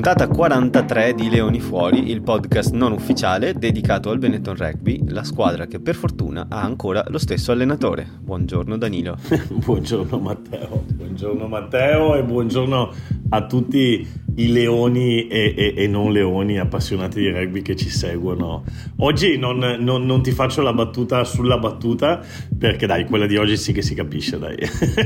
Puntata 43 di Leoni Fuori, il podcast non ufficiale dedicato al Benetton Rugby, la squadra che per fortuna ha ancora lo stesso allenatore. Buongiorno Danilo. Buongiorno Matteo e buongiorno a tutti i leoni e non leoni appassionati di rugby che ci seguono. Oggi non ti faccio la battuta sulla battuta, perché dai, quella di oggi sì che si capisce, dai.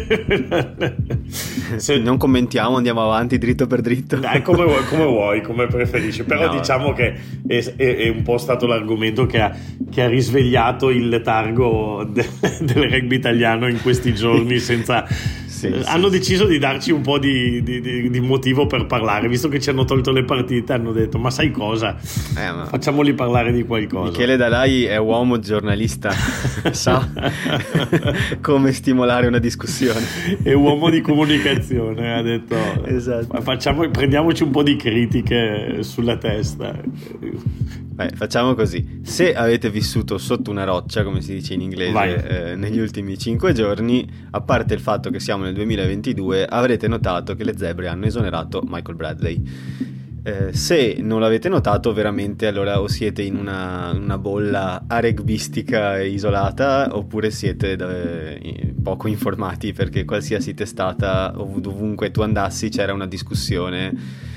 Non commentiamo, andiamo avanti dritto per dritto. Dai, come vuoi, come preferisci. Però no, diciamo che è un po' stato l'argomento che ha risvegliato il letargo del rugby italiano in questi giorni senza... Hanno deciso di darci un po' di motivo per parlare, visto che ci hanno tolto le partite. Hanno detto: ma sai cosa? Facciamoli parlare di qualcosa. Michele Dalai è uomo giornalista, sa come stimolare una discussione. È uomo di comunicazione, ha detto. Esatto. Prendiamoci un po' di critiche sulla testa. Facciamo così: se avete vissuto sotto una roccia, come si dice in inglese, negli ultimi 5 giorni, a parte il fatto che siamo nel 2022, avrete notato che le zebre hanno esonerato Michael Bradley. Se non l'avete notato, veramente allora o siete in una bolla rugbistica isolata, oppure siete poco informati, perché qualsiasi testata, ovunque tu andassi, c'era una discussione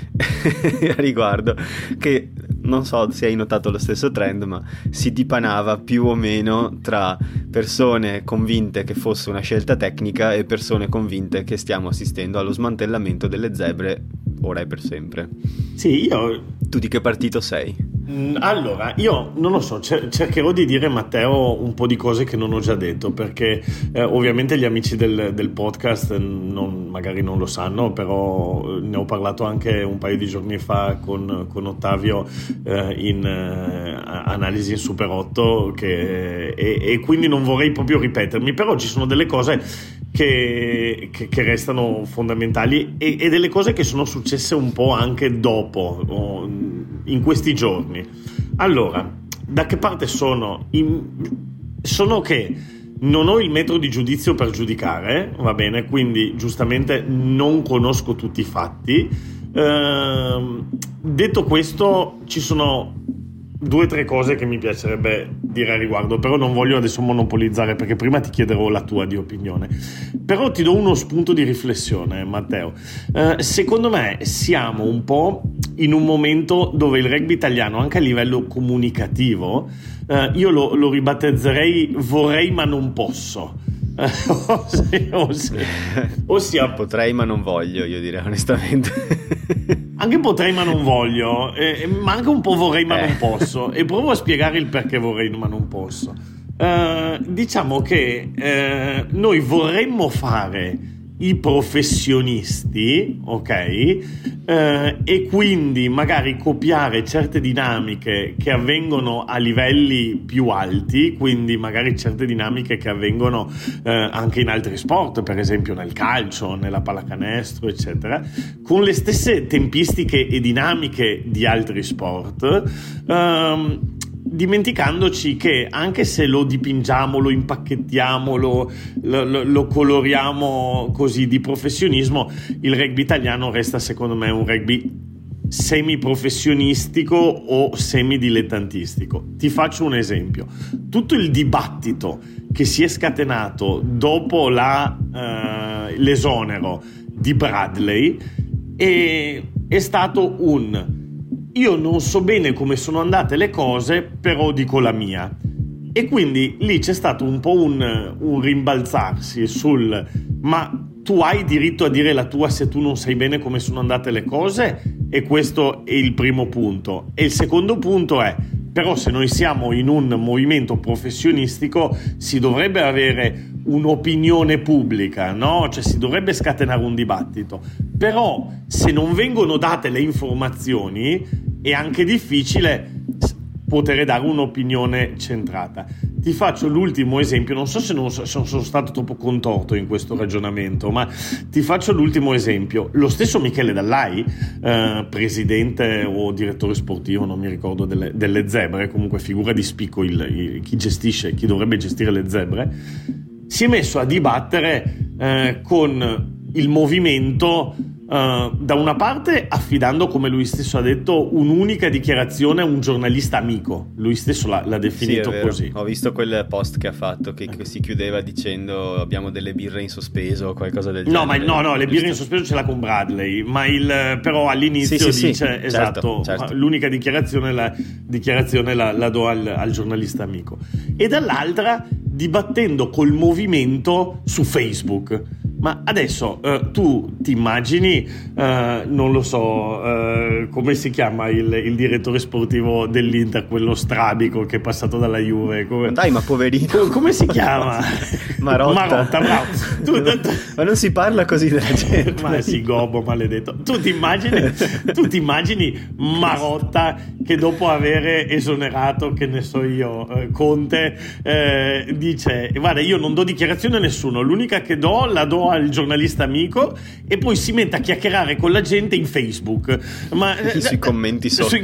a riguardo, che non so se hai notato lo stesso trend, ma si dipanava più o meno tra persone convinte che fosse una scelta tecnica e persone convinte che stiamo assistendo allo smantellamento delle zebre ora e per sempre. Sì, Tu di che partito sei? Allora, io non lo so, cercherò di dire, Matteo, un po' di cose che non ho già detto, perché ovviamente gli amici del podcast magari non lo sanno, però ne ho parlato anche un paio di giorni fa con Ottavio in analisi in Super 8, e quindi non vorrei proprio ripetermi, però ci sono delle cose che restano fondamentali e delle cose che sono successe un po' anche dopo, in questi giorni. Allora, da che parte sono? Sono che non ho il metro di giudizio per giudicare, va bene, quindi giustamente non conosco tutti i fatti. Detto questo, ci sono 2 o 3 cose che mi piacerebbe dire a riguardo, però non voglio adesso monopolizzare, perché prima ti chiederò la tua di opinione. Però ti do uno spunto di riflessione, Matteo. Secondo me siamo un po' in un momento dove il rugby italiano, anche a livello comunicativo, io lo ribattezzerei vorrei ma non posso. Ossia, potrei ma non voglio, io direi onestamente. Anche potrei ma non voglio, ma anche un po' vorrei ma non posso, e provo a spiegare il perché vorrei ma non posso. Diciamo che noi vorremmo fare i professionisti, ok? E quindi magari copiare certe dinamiche che avvengono a livelli più alti, quindi magari certe dinamiche che avvengono anche in altri sport, per esempio nel calcio, nella pallacanestro, eccetera, con le stesse tempistiche e dinamiche di altri sport, dimenticandoci che anche se lo dipingiamo, lo impacchettiamo, lo coloriamo così di professionismo, il rugby italiano resta secondo me un rugby semiprofessionistico o semidilettantistico. Ti faccio un esempio: tutto il dibattito che si è scatenato dopo l'esonero di Bradley è stato io non so bene come sono andate le cose, però dico la mia. E quindi lì c'è stato un po' un rimbalzarsi ma tu hai diritto a dire la tua se tu non sai bene come sono andate le cose, e questo è il primo punto. E il secondo punto è: però se noi siamo in un movimento professionistico si dovrebbe avere un'opinione pubblica, no? Cioè si dovrebbe scatenare un dibattito. Però se non vengono date le informazioni è anche difficile poter dare un'opinione centrata. Ti faccio l'ultimo esempio, non so se sono stato troppo contorto in questo ragionamento, ma ti faccio l'ultimo esempio. Lo stesso Michele Dalai, presidente o direttore sportivo, non mi ricordo, delle zebre, comunque figura di spicco, chi dovrebbe gestire le zebre, si è messo a dibattere con il movimento da una parte affidando, come lui stesso ha detto, un'unica dichiarazione a un giornalista amico. Lui stesso l'ha definito così. Ho visto quel post che ha fatto che si chiudeva dicendo abbiamo delle birre in sospeso o qualcosa del genere. No, le birre in sospeso ce l'ha con Bradley, ma però all'inizio dice esatto, certo. L'unica dichiarazione la do al giornalista amico. E dall'altra dibattendo col movimento su Facebook. Ma adesso tu ti immagini, non lo so, come si chiama il direttore sportivo dell'Inter, quello strabico che è passato dalla Juve? Dai, ma poverino. Come si chiama? Marotta, bravo. Ma non si parla così della gente. Ma sì, gobbo maledetto. Tu ti immagini Marotta che dopo avere esonerato, che ne so io, Conte, dice: guarda, io non do dichiarazione a nessuno, l'unica che la do al giornalista amico, e poi si mette a chiacchierare con la gente in Facebook, sui commenti sotto.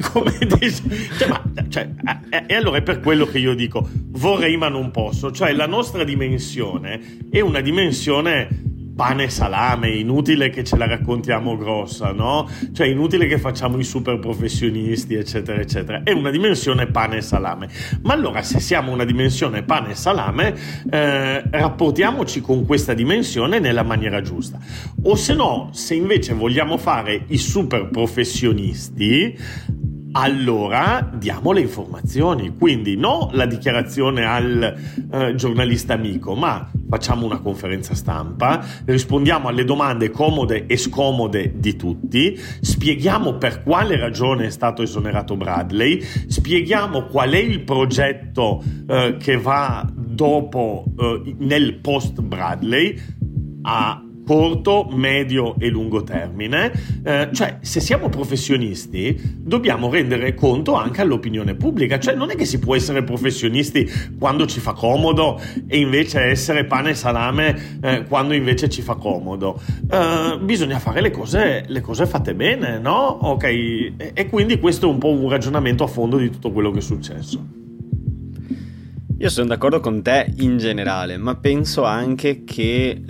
E allora è per quello che io dico vorrei ma non posso. Cioè la nostra dimensione è una dimensione pane e salame, inutile che ce la raccontiamo grossa, no? Cioè inutile che facciamo i super professionisti, eccetera eccetera. È una dimensione pane e salame. Ma allora, se siamo una dimensione pane e salame, rapportiamoci con questa dimensione nella maniera giusta. O se no, se invece vogliamo fare i super professionisti, allora diamo le informazioni. Quindi no la dichiarazione al giornalista amico, ma facciamo una conferenza stampa, rispondiamo alle domande comode e scomode di tutti, spieghiamo per quale ragione è stato esonerato Bradley, spieghiamo qual è il progetto che va dopo nel post Bradley a corto, medio e lungo termine. Cioè, se siamo professionisti dobbiamo rendere conto anche all'opinione pubblica. Cioè non è che si può essere professionisti quando ci fa comodo e invece essere pane e salame quando invece ci fa comodo. Bisogna fare le cose fatte bene, no? Ok, e quindi questo è un po' un ragionamento a fondo di tutto quello che è successo. Io sono d'accordo con te in generale, ma penso anche che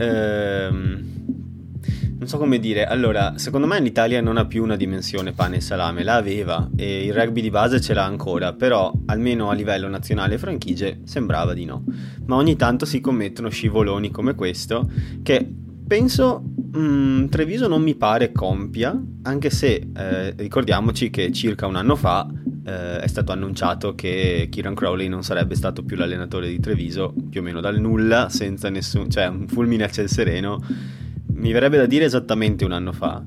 non so come dire. Allora, secondo me l'Italia non ha più una dimensione pane e salame, la aveva, e il rugby di base ce l'ha ancora, però almeno a livello nazionale franchigie sembrava di no. Ma ogni tanto si commettono scivoloni come questo che penso Treviso non mi pare compia, anche se ricordiamoci che circa un anno fa è stato annunciato che Kieran Crowley non sarebbe stato più l'allenatore di Treviso, più o meno dal nulla, senza nessun, cioè un fulmine a ciel sereno, mi verrebbe da dire esattamente un anno fa.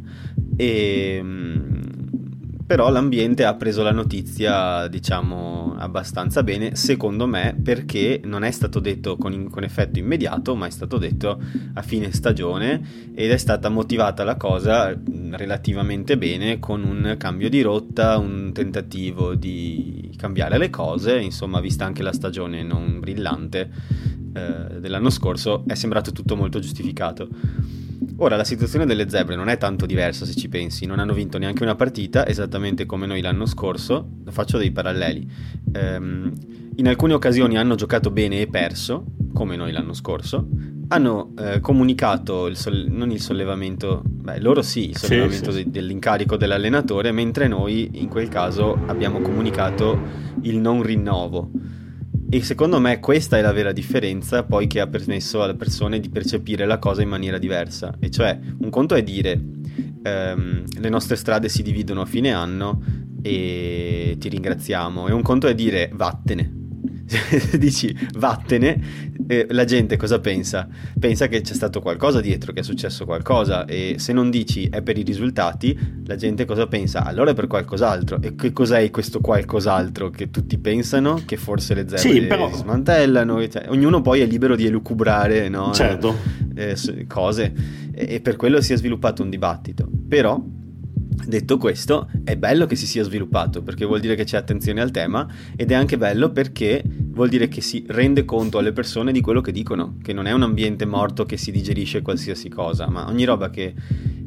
Però l'ambiente ha preso la notizia, diciamo, abbastanza bene, secondo me, perché non è stato detto con effetto immediato, ma è stato detto a fine stagione, ed è stata motivata la cosa relativamente bene con un cambio di rotta, un tentativo di cambiare le cose. Insomma, vista anche la stagione non brillante dell'anno scorso, è sembrato tutto molto giustificato. Ora, la situazione delle Zebre non è tanto diversa se ci pensi, non hanno vinto neanche una partita, esattamente come noi l'anno scorso. Faccio dei paralleli. In alcune occasioni hanno giocato bene e perso, come noi l'anno scorso. Hanno comunicato non il sollevamento, loro sì, il sollevamento dell'incarico dell'allenatore, mentre noi in quel caso abbiamo comunicato il non rinnovo. E secondo me questa è la vera differenza poi che ha permesso alle persone di percepire la cosa in maniera diversa. E cioè, un conto è dire le nostre strade si dividono a fine anno e ti ringraziamo, e un conto è dire vattene. Dici vattene, la gente cosa pensa? Pensa che c'è stato qualcosa dietro, che è successo qualcosa, e se non dici è per i risultati, la gente cosa pensa? Allora è per qualcos'altro. E che cos'è questo qualcos'altro che tutti pensano? Che forse le Zebre si smantellano, cioè, ognuno poi è libero di elucubrare, no? Certo. Cose, e per quello si è sviluppato un dibattito. Però, detto questo, è bello che si sia sviluppato, perché vuol dire che c'è attenzione al tema, ed è anche bello perché vuol dire che si rende conto alle persone di quello che dicono, che non è un ambiente morto che si digerisce qualsiasi cosa, ma ogni roba che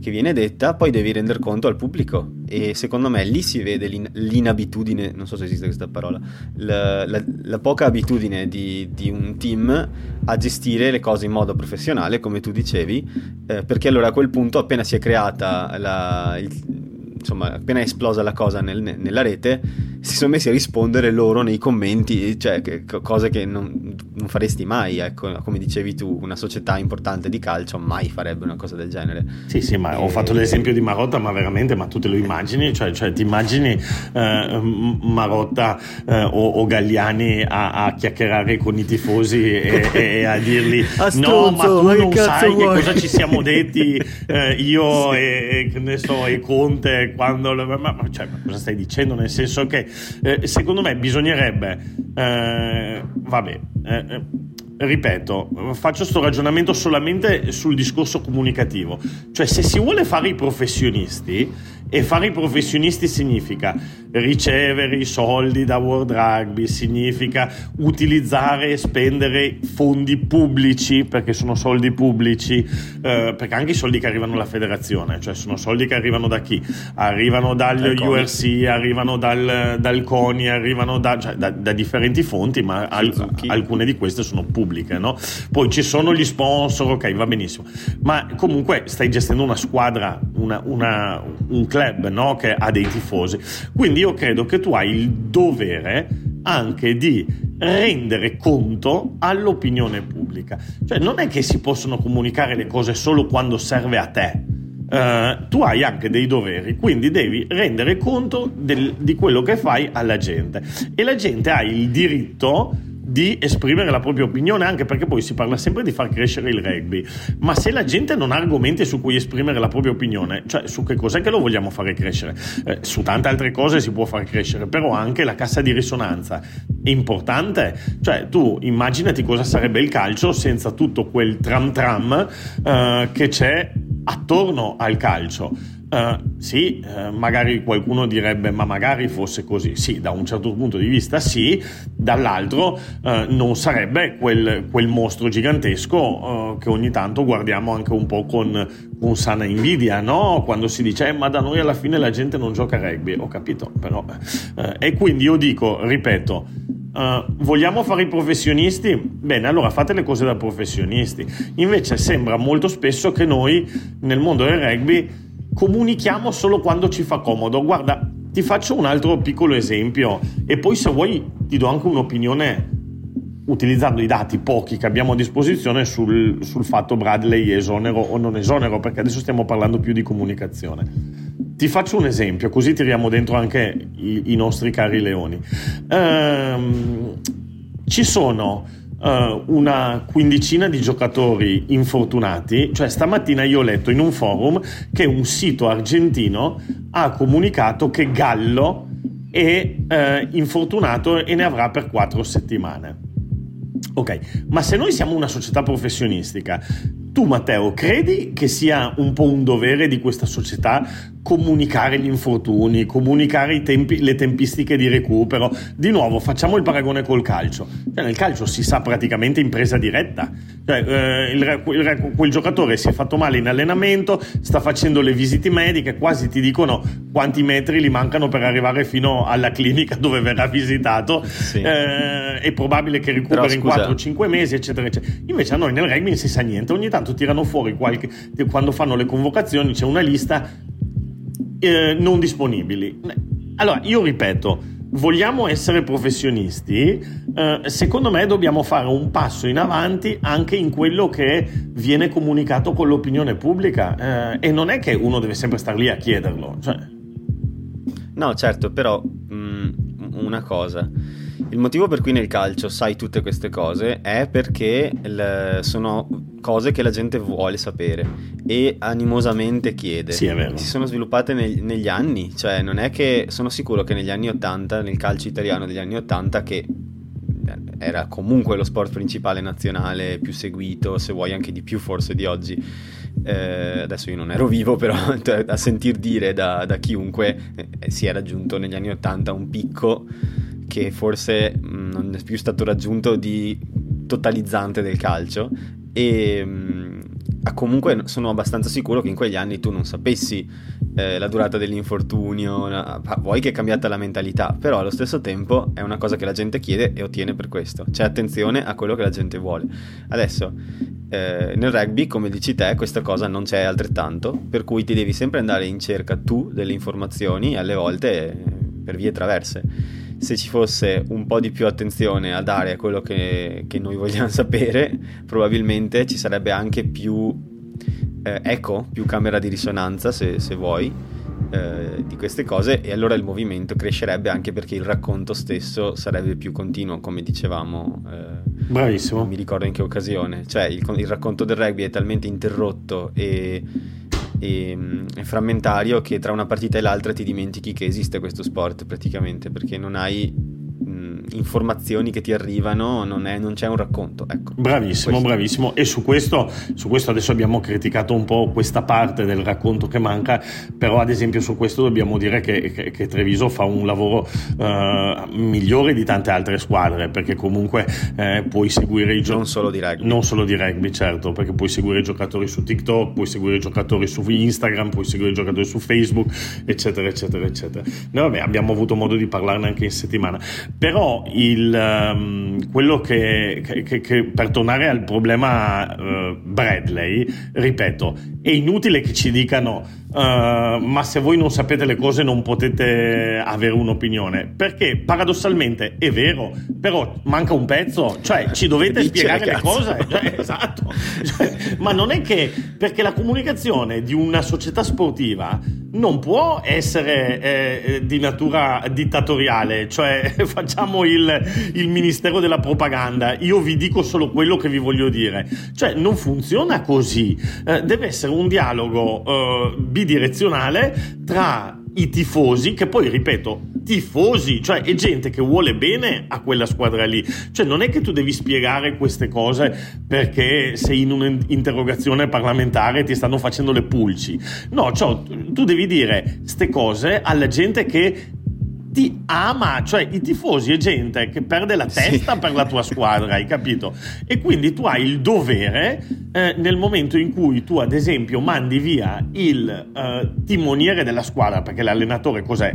che viene detta, poi devi render conto al pubblico, e secondo me lì si vede l'inabitudine, non so se esiste questa parola, la poca abitudine di un team a gestire le cose in modo professionale, come tu dicevi, perché allora a quel punto, appena si è creata insomma, appena è esplosa la cosa nella rete, si sono messi a rispondere loro nei commenti, cioè cose che non faresti mai, ecco, come dicevi tu, una società importante di calcio mai farebbe una cosa del genere. Sì, ma ho fatto l'esempio di Marotta, ma veramente, ma tu te lo immagini? Cioè ti immagini Marotta o Galliani a chiacchierare con i tifosi e a dirgli no, ma tu non sai che cosa ci siamo detti io e che ne so, e Conte, quando ma cosa stai dicendo? Nel senso che secondo me bisognerebbe ripeto, faccio sto ragionamento solamente sul discorso comunicativo, cioè se si vuole fare i professionisti, e fare i professionisti significa ricevere i soldi da World Rugby, significa utilizzare e spendere fondi pubblici, perché sono soldi pubblici, perché anche i soldi che arrivano alla federazione, cioè sono soldi che arrivano da chi? Arrivano dal URC, arrivano dal CONI, arrivano da differenti fonti, ma alcune di queste sono pubbliche, no? Poi ci sono gli sponsor, ok, va benissimo, ma comunque stai gestendo una squadra, un club, no? Che ha dei tifosi, quindi io credo che tu hai il dovere anche di rendere conto all'opinione pubblica, cioè non è che si possono comunicare le cose solo quando serve a te. Tu hai anche dei doveri, quindi devi rendere conto di quello che fai alla gente, e la gente ha il diritto di esprimere la propria opinione, anche perché poi si parla sempre di far crescere il rugby, ma se la gente non ha argomenti su cui esprimere la propria opinione, cioè su che cos'è che lo vogliamo fare crescere, su tante altre cose si può far crescere, però anche la cassa di risonanza è importante, cioè tu immaginati cosa sarebbe il calcio senza tutto quel tram che c'è attorno al calcio. Magari qualcuno direbbe ma magari fosse così, sì, da un certo punto di vista sì, dall'altro non sarebbe quel mostro gigantesco che ogni tanto guardiamo anche un po' con sana invidia, no? Quando si dice ma da noi alla fine la gente non gioca a rugby, ho capito, però e quindi io dico, ripeto, vogliamo fare i professionisti? Bene, allora fate le cose da professionisti. Invece sembra molto spesso che noi nel mondo del rugby comunichiamo solo quando ci fa comodo. Guarda, ti faccio un altro piccolo esempio e poi se vuoi ti do anche un'opinione utilizzando i dati pochi che abbiamo a disposizione sul fatto Bradley esonero o non esonero, perché adesso stiamo parlando più di comunicazione. Ti faccio un esempio, così tiriamo dentro anche i nostri cari leoni. Ci sono una quindicina di giocatori infortunati, cioè stamattina io ho letto in un forum che un sito argentino ha comunicato che Gallo è infortunato e ne avrà per 4 settimane. Ok, ma se noi siamo una società professionistica, tu Matteo credi che sia un po' un dovere di questa società comunicare gli infortuni, comunicare le tempistiche di recupero? Di nuovo facciamo il paragone col calcio, cioè, nel calcio si sa praticamente in presa diretta, cioè, quel giocatore si è fatto male in allenamento, sta facendo le visite mediche, quasi ti dicono quanti metri gli mancano per arrivare fino alla clinica dove verrà visitato, sì. È probabile che recuperi in 4-5 mesi eccetera eccetera. Invece a noi nel rugby non si sa niente, ogni tanto tirano fuori quando fanno le convocazioni c'è una lista non disponibili. Allora io ripeto, vogliamo essere professionisti, secondo me dobbiamo fare un passo in avanti anche in quello che viene comunicato con l'opinione pubblica, e non è che uno deve sempre star lì a chiederlo, cioè. No, certo, però una cosa, il motivo per cui nel calcio sai tutte queste cose è perché sono cose che la gente vuole sapere e animosamente chiede. Sì, è vero. Si sono sviluppate negli anni, cioè non è che, sono sicuro che negli anni 80, nel calcio italiano degli anni 80, che era comunque lo sport principale nazionale, più seguito, se vuoi anche di più forse di oggi, adesso io non ero vivo, però a sentir dire da chiunque si è raggiunto negli anni 80 un picco che forse non è più stato raggiunto di totalizzante del calcio, e comunque sono abbastanza sicuro che in quegli anni tu non sapessi la durata dell'infortunio, vuoi che è cambiata la mentalità, però allo stesso tempo è una cosa che la gente chiede e ottiene per questo. C'è attenzione a quello che la gente vuole. Adesso nel rugby, come dici te, questa cosa non c'è altrettanto, per cui ti devi sempre andare in cerca tu delle informazioni, alle volte per vie traverse. Se ci fosse un po' di più attenzione a dare a quello che noi vogliamo sapere, probabilmente ci sarebbe anche più eco, più camera di risonanza, se vuoi, di queste cose, e allora il movimento crescerebbe, anche perché il racconto stesso sarebbe più continuo, come dicevamo. Bravissimo. Non mi ricordo in che occasione. Cioè il racconto del rugby è talmente interrotto e frammentario che tra una partita e l'altra ti dimentichi che esiste questo sport, praticamente, perché non hai informazioni che ti arrivano, non c'è un racconto, ecco. Bravissimo. E su questo adesso abbiamo criticato un po' questa parte del racconto che manca, però ad esempio su questo dobbiamo dire che Treviso fa un lavoro migliore di tante altre squadre, perché comunque puoi seguire non solo di rugby, certo, perché puoi seguire i giocatori su TikTok, puoi seguire i giocatori su Instagram, puoi seguire i giocatori su Facebook, eccetera. Noi vabbè, abbiamo avuto modo di parlarne anche in settimana, però quello che per tornare al problema Bradley, ripeto, è inutile che ci dicano ma se voi non sapete le cose non potete avere un'opinione, perché paradossalmente è vero, però manca un pezzo, cioè ci dovete spiegare le cose, esatto, ma non è che, perché la comunicazione di una società sportiva non può essere di natura dittatoriale, cioè facciamo il ministero della propaganda, io vi dico solo quello che vi voglio dire, cioè non funziona così, deve essere un dialogo bidirezionale tra i tifosi, che poi ripeto, tifosi, cioè è gente che vuole bene a quella squadra lì, cioè non è che tu devi spiegare queste cose perché sei in un'interrogazione parlamentare e ti stanno facendo le pulci, no, cioè, tu devi dire ste cose alla gente che ti ama, cioè i tifosi è gente che perde la testa per la tua squadra, hai capito? E quindi tu hai il dovere nel momento in cui tu ad esempio mandi via il timoniere della squadra, perché l'allenatore cos'è?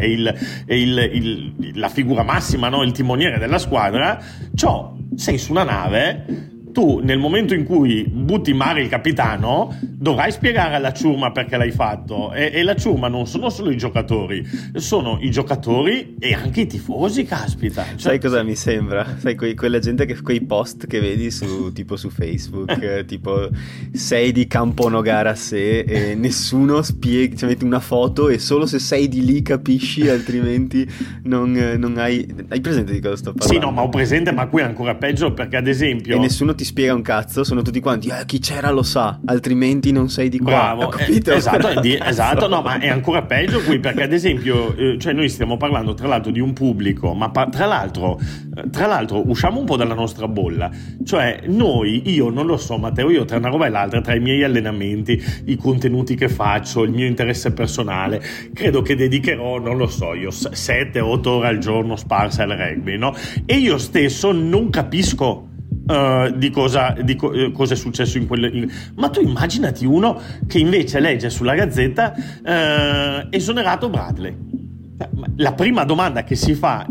È la figura massima, no? Il timoniere della squadra, sei su una nave, tu nel momento in cui butti in mare il capitano dovrai spiegare alla ciurma perché l'hai fatto, e la ciurma non sono solo i giocatori, sono i giocatori e anche i tifosi, caspita, cioè... Sai cosa mi sembra? Sai quella gente quei post che vedi tipo su Facebook tipo sei di Camponogara a sé e nessuno spiega, cioè metti una foto e solo se sei di lì capisci, altrimenti non hai presente di cosa sto parlando? Sì, no, ma ho presente, ma qui è ancora peggio, perché ad esempio e nessuno ti spiega un cazzo, sono tutti quanti chi c'era lo sa, altrimenti non sei di qua. Bravo, ho capito? Esatto, no, ma è ancora peggio qui, perché ad esempio cioè noi stiamo parlando tra l'altro di un pubblico, ma tra l'altro usciamo un po' dalla nostra bolla, cioè io non lo so Matteo, io tra una roba e l'altra, tra i miei allenamenti, i contenuti che faccio, il mio interesse personale, credo che dedicherò, non lo so, io 7-8 ore al giorno sparse al rugby, no? E io stesso non capisco di cosa è successo ma tu immaginati uno che invece legge sulla Gazzetta esonerato Bradley. La prima domanda che si fa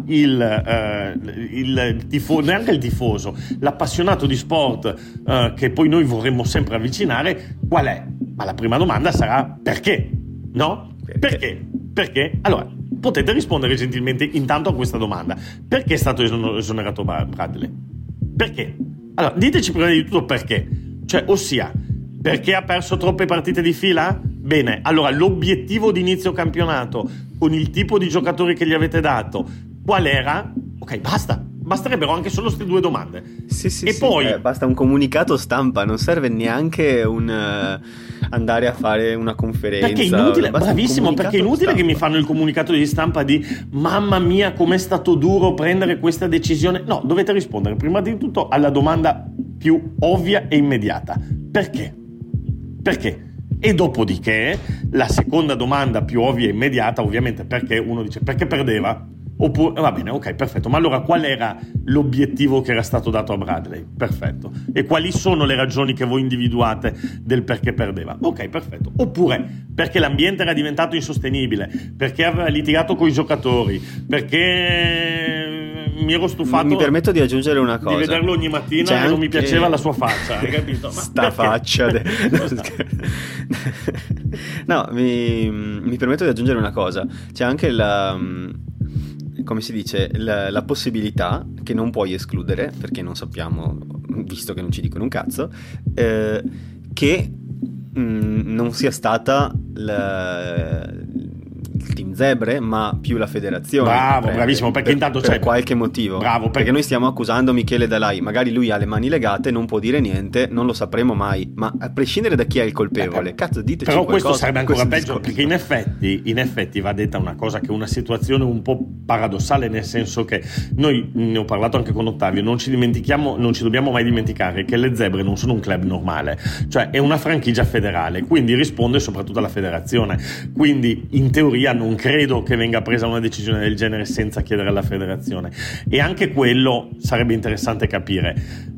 il tifoso, neanche il tifoso, l'appassionato di sport che poi noi vorremmo sempre avvicinare, qual è? Ma la prima domanda sarà perché? No? Perché? Allora, potete rispondere gentilmente intanto a questa domanda: perché è stato esonerato Bradley? Perché? Allora, diteci prima di tutto perché. Cioè, ossia, perché ha perso troppe partite di fila? Bene, allora l'obiettivo di inizio campionato, con il tipo di giocatori che gli avete dato, qual era? Ok, basta. Basterebbero anche solo queste due domande. Sì, poi basta un comunicato stampa, non serve neanche andare a fare una conferenza. Perché è inutile, bravissimo, perché è inutile che mi fanno il comunicato di stampa di mamma mia com'è stato duro prendere questa decisione. No, dovete rispondere prima di tutto alla domanda più ovvia e immediata: perché? E dopodiché la seconda domanda più ovvia e immediata, ovviamente, perché uno dice perché perdeva. Oppure, va bene, ok, perfetto, ma allora qual era l'obiettivo che era stato dato a Bradley? Perfetto. E quali sono le ragioni che voi individuate del perché perdeva? Ok, perfetto. Oppure perché l'ambiente era diventato insostenibile, perché aveva litigato con i giocatori, perché mi ero stufato. Mi permetto di aggiungere una cosa. Di vederlo ogni mattina e non mi piaceva la sua faccia, hai capito? Ma sta faccia. No, mi permetto di aggiungere una cosa. C'è anche come si dice, la possibilità che non puoi escludere, perché non sappiamo, visto che non ci dicono un cazzo, che non sia stata il Team Zebre, ma più la federazione. Bravo, bravissimo, perché intanto per qualche motivo. Bravo, perché noi stiamo accusando Michele Dalai, magari lui ha le mani legate, non può dire niente, non lo sapremo mai, ma a prescindere da chi è il colpevole, cazzo, diteci però qualcosa. Questo sarebbe ancora peggio, perché in effetti va detta una cosa, che è una situazione un po' paradossale, nel senso che noi, ne ho parlato anche con Ottavio, non ci dobbiamo mai dimenticare che le Zebre non sono un club normale, cioè è una franchigia federale, quindi risponde soprattutto alla federazione, quindi in teoria non credo che venga presa una decisione del genere senza chiedere alla federazione. E anche quello sarebbe interessante capire,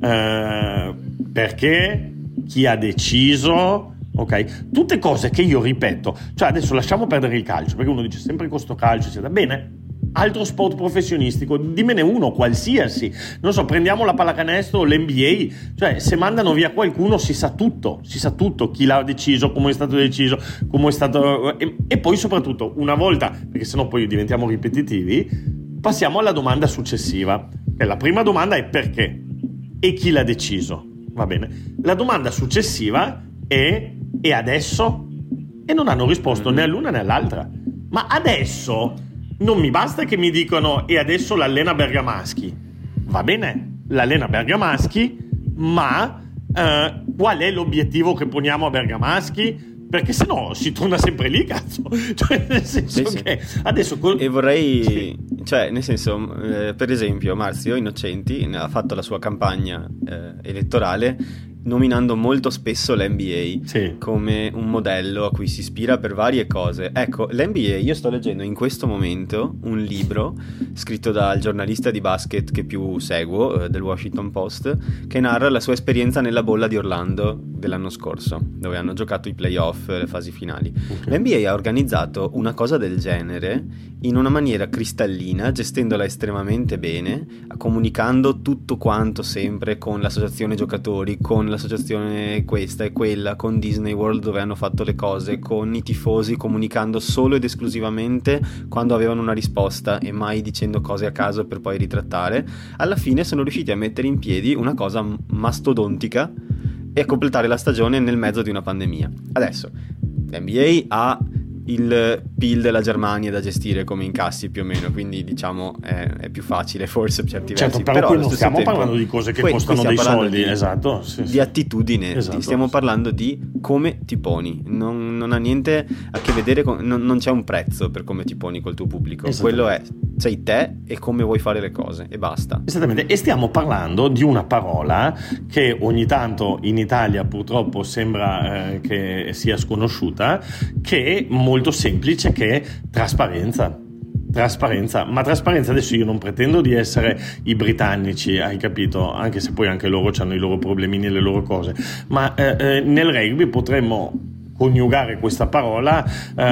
perché, chi ha deciso, ok? Tutte cose che io ripeto, cioè adesso lasciamo perdere il calcio, perché uno dice sempre questo calcio, eccetera. Bene, altro sport professionistico, dimmene uno qualsiasi, non so, prendiamo la pallacanestro o l'NBA, cioè se mandano via qualcuno si sa tutto, chi l'ha deciso, come è stato deciso, come è stato, e poi soprattutto una volta, perché sennò poi diventiamo ripetitivi, passiamo alla domanda successiva, e la prima domanda è perché e chi l'ha deciso, va bene, la domanda successiva è e adesso? E non hanno risposto né all'una né all'altra. Ma adesso non mi basta che mi dicono e adesso l'allena Bergamaschi. Va bene, l'allena Bergamaschi, ma qual è l'obiettivo che poniamo a Bergamaschi? Perché sennò si torna sempre lì, cazzo. Cioè, nel senso che adesso e vorrei, cioè, nel senso, per esempio, Marzio Innocenti ha fatto la sua campagna elettorale nominando molto spesso l'NBA come un modello a cui si ispira per varie cose. Ecco, l'NBA, io sto leggendo in questo momento un libro scritto dal giornalista di basket che più seguo, del Washington Post, che narra la sua esperienza nella bolla di Orlando dell'anno scorso, dove hanno giocato i playoff, le fasi finali. L'NBA ha organizzato una cosa del genere in una maniera cristallina, gestendola estremamente bene, comunicando tutto quanto sempre con l'associazione giocatori, con l'associazione questa e quella, con Disney World dove hanno fatto le cose, con i tifosi, comunicando solo ed esclusivamente quando avevano una risposta e mai dicendo cose a caso per poi ritrattare. Alla fine sono riusciti a mettere in piedi una cosa mastodontica e a completare la stagione nel mezzo di una pandemia. Adesso l'NBA ha il PIL della Germania da gestire come incassi più o meno, quindi diciamo è più facile forse per certi versi, però qui non stiamo parlando di cose che costano dei soldi, esatto, di attitudine, esatto, stiamo parlando di come ti poni, non ha niente a che vedere con, non c'è un prezzo per come ti poni col tuo pubblico, quello è, sei te e come vuoi fare le cose e basta. Esattamente, e stiamo parlando di una parola che ogni tanto in Italia purtroppo sembra che sia sconosciuta, che è molto semplice, che è trasparenza, ma trasparenza, adesso io non pretendo di essere i britannici, hai capito, anche se poi anche loro hanno i loro problemini e le loro cose, ma nel rugby potremmo coniugare questa parola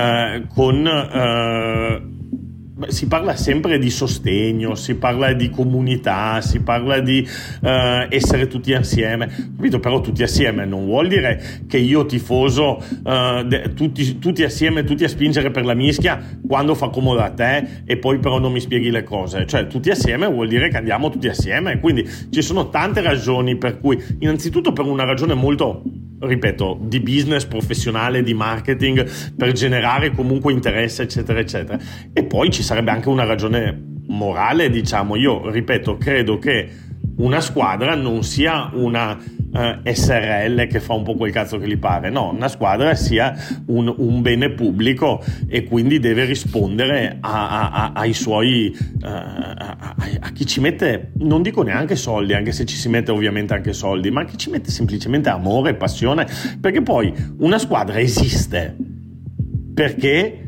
con si parla sempre di sostegno, si parla di comunità, si parla di essere tutti assieme, capito? Però tutti assieme non vuol dire che io tifoso tutti assieme, tutti a spingere per la mischia quando fa comodo a te e poi però non mi spieghi le cose, cioè tutti assieme vuol dire che andiamo tutti assieme, quindi ci sono tante ragioni per cui, innanzitutto per una ragione molto, ripeto, di business professionale, di marketing, per generare comunque interesse, eccetera eccetera, e poi ci sarebbe anche una ragione morale, diciamo. Io ripeto, credo che una squadra non sia una SRL che fa un po' quel cazzo che gli pare, no, una squadra sia un bene pubblico e quindi deve rispondere ai suoi a chi ci mette, non dico neanche soldi, anche se ci si mette ovviamente anche soldi, ma chi ci mette semplicemente amore e passione, perché poi una squadra esiste perché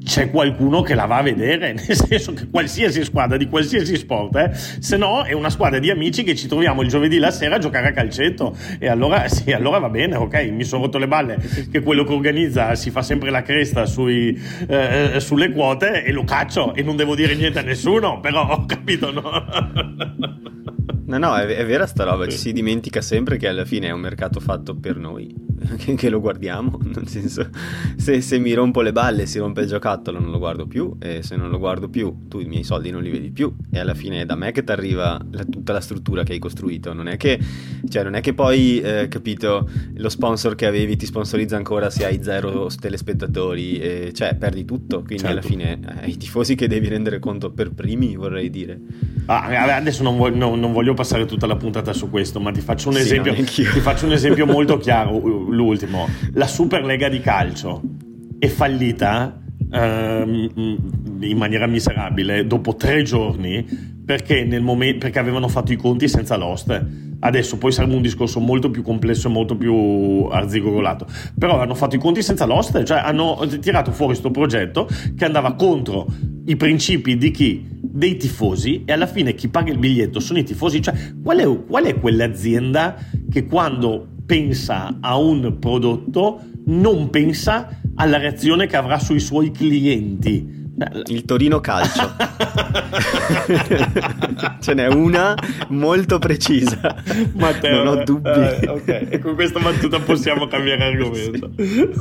c'è qualcuno che la va a vedere, nel senso che qualsiasi squadra di qualsiasi sport, se no è una squadra di amici che ci troviamo il giovedì la sera a giocare a calcetto, e allora sì, allora va bene, ok, mi sono rotto le balle che quello che organizza si fa sempre la cresta sulle quote, e lo caccio e non devo dire niente a nessuno, però ho capito, no? No, è vera sta roba, ci si dimentica sempre che alla fine è un mercato fatto per noi, che lo guardiamo, nel senso, se mi rompo le balle, si rompe il giocattolo, non lo guardo più, e se non lo guardo più, tu i miei soldi non li vedi più, e alla fine è da me che ti arriva tutta la struttura che hai costruito, non è che poi, capito, lo sponsor che avevi ti sponsorizza ancora se hai 0 telespettatori, cioè perdi tutto, quindi certo. Alla fine i tifosi che devi rendere conto per primi, vorrei dire. Adesso non voglio passare tutta la puntata su questo, ma ti faccio un esempio molto chiaro, l'ultimo. La Superlega di calcio è fallita in maniera miserabile dopo 3 giorni perché perché avevano fatto i conti senza l'oste. Adesso poi sarebbe un discorso molto più complesso e molto più arzigogolato, però hanno fatto i conti senza l'oste, cioè hanno tirato fuori questo progetto che andava contro i principi di chi? Dei tifosi, e alla fine chi paga il biglietto sono i tifosi. Cioè qual è quell'azienda che quando pensa a un prodotto non pensa alla reazione che avrà sui suoi clienti? Il Torino Calcio. Ce n'è una molto precisa, Matteo, non ho dubbi. Ok, e con questa battuta possiamo cambiare argomento.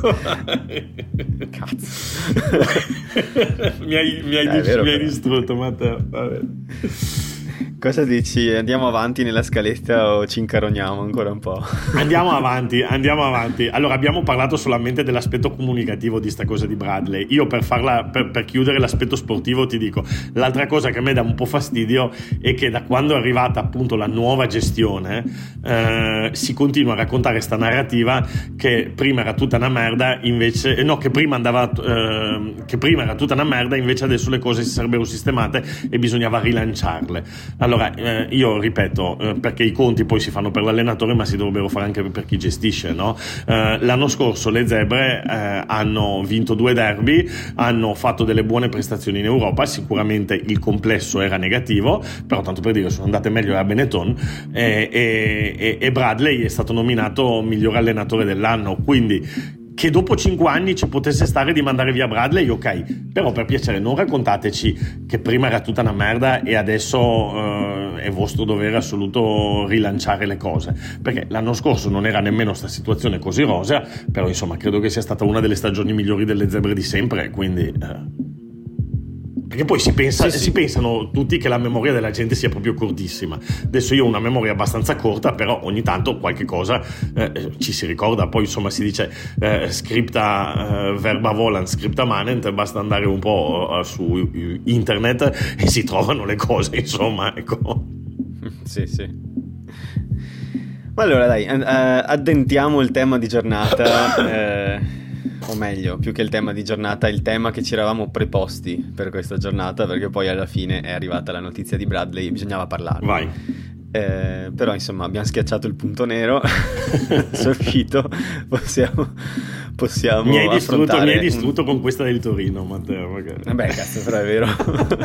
Cazzo. mi hai distrutto, Matteo. Vabbè. Cosa dici? Andiamo avanti nella scaletta o ci incarogniamo ancora un po'? Andiamo avanti. Allora, abbiamo parlato solamente dell'aspetto comunicativo di sta cosa di Bradley. Io per chiudere l'aspetto sportivo ti dico, l'altra cosa che a me dà un po' fastidio è che da quando è arrivata appunto la nuova gestione si continua a raccontare sta narrativa che prima era tutta una merda, invece che prima era tutta una merda, invece adesso le cose si sarebbero sistemate e bisognava rilanciarle. Allora, io ripeto, perché i conti poi si fanno per l'allenatore, ma si dovrebbero fare anche per chi gestisce, no? L'anno scorso le Zebre hanno vinto 2 derby, hanno fatto delle buone prestazioni in Europa, sicuramente il complesso era negativo, però tanto per dire sono andate meglio a Benetton, e Bradley è stato nominato miglior allenatore dell'anno, quindi che dopo 5 anni ci potesse stare di mandare via Bradley, ok, però per piacere non raccontateci che prima era tutta una merda e adesso è vostro dovere assoluto rilanciare le cose, perché l'anno scorso non era nemmeno sta situazione così rosea, però insomma credo che sia stata una delle stagioni migliori delle Zebre di sempre, quindi perché poi si pensano tutti che la memoria della gente sia proprio cortissima. Adesso io ho una memoria abbastanza corta, però ogni tanto qualche cosa ci si ricorda. Poi insomma si dice scripta verba volant, scripta manent, basta andare un po' su internet e si trovano le cose, insomma, ecco. Sì. Ma allora dai, addentiamo il tema di giornata, o meglio, più che il tema di giornata, il tema che ci eravamo preposti per questa giornata, perché poi alla fine è arrivata la notizia di Bradley e bisognava parlarne. Vai. Però insomma abbiamo schiacciato il punto nero, sono uscito, possiamo mi hai distrutto con questa del Torino, Matteo, magari. Vabbè, cazzo, però è vero.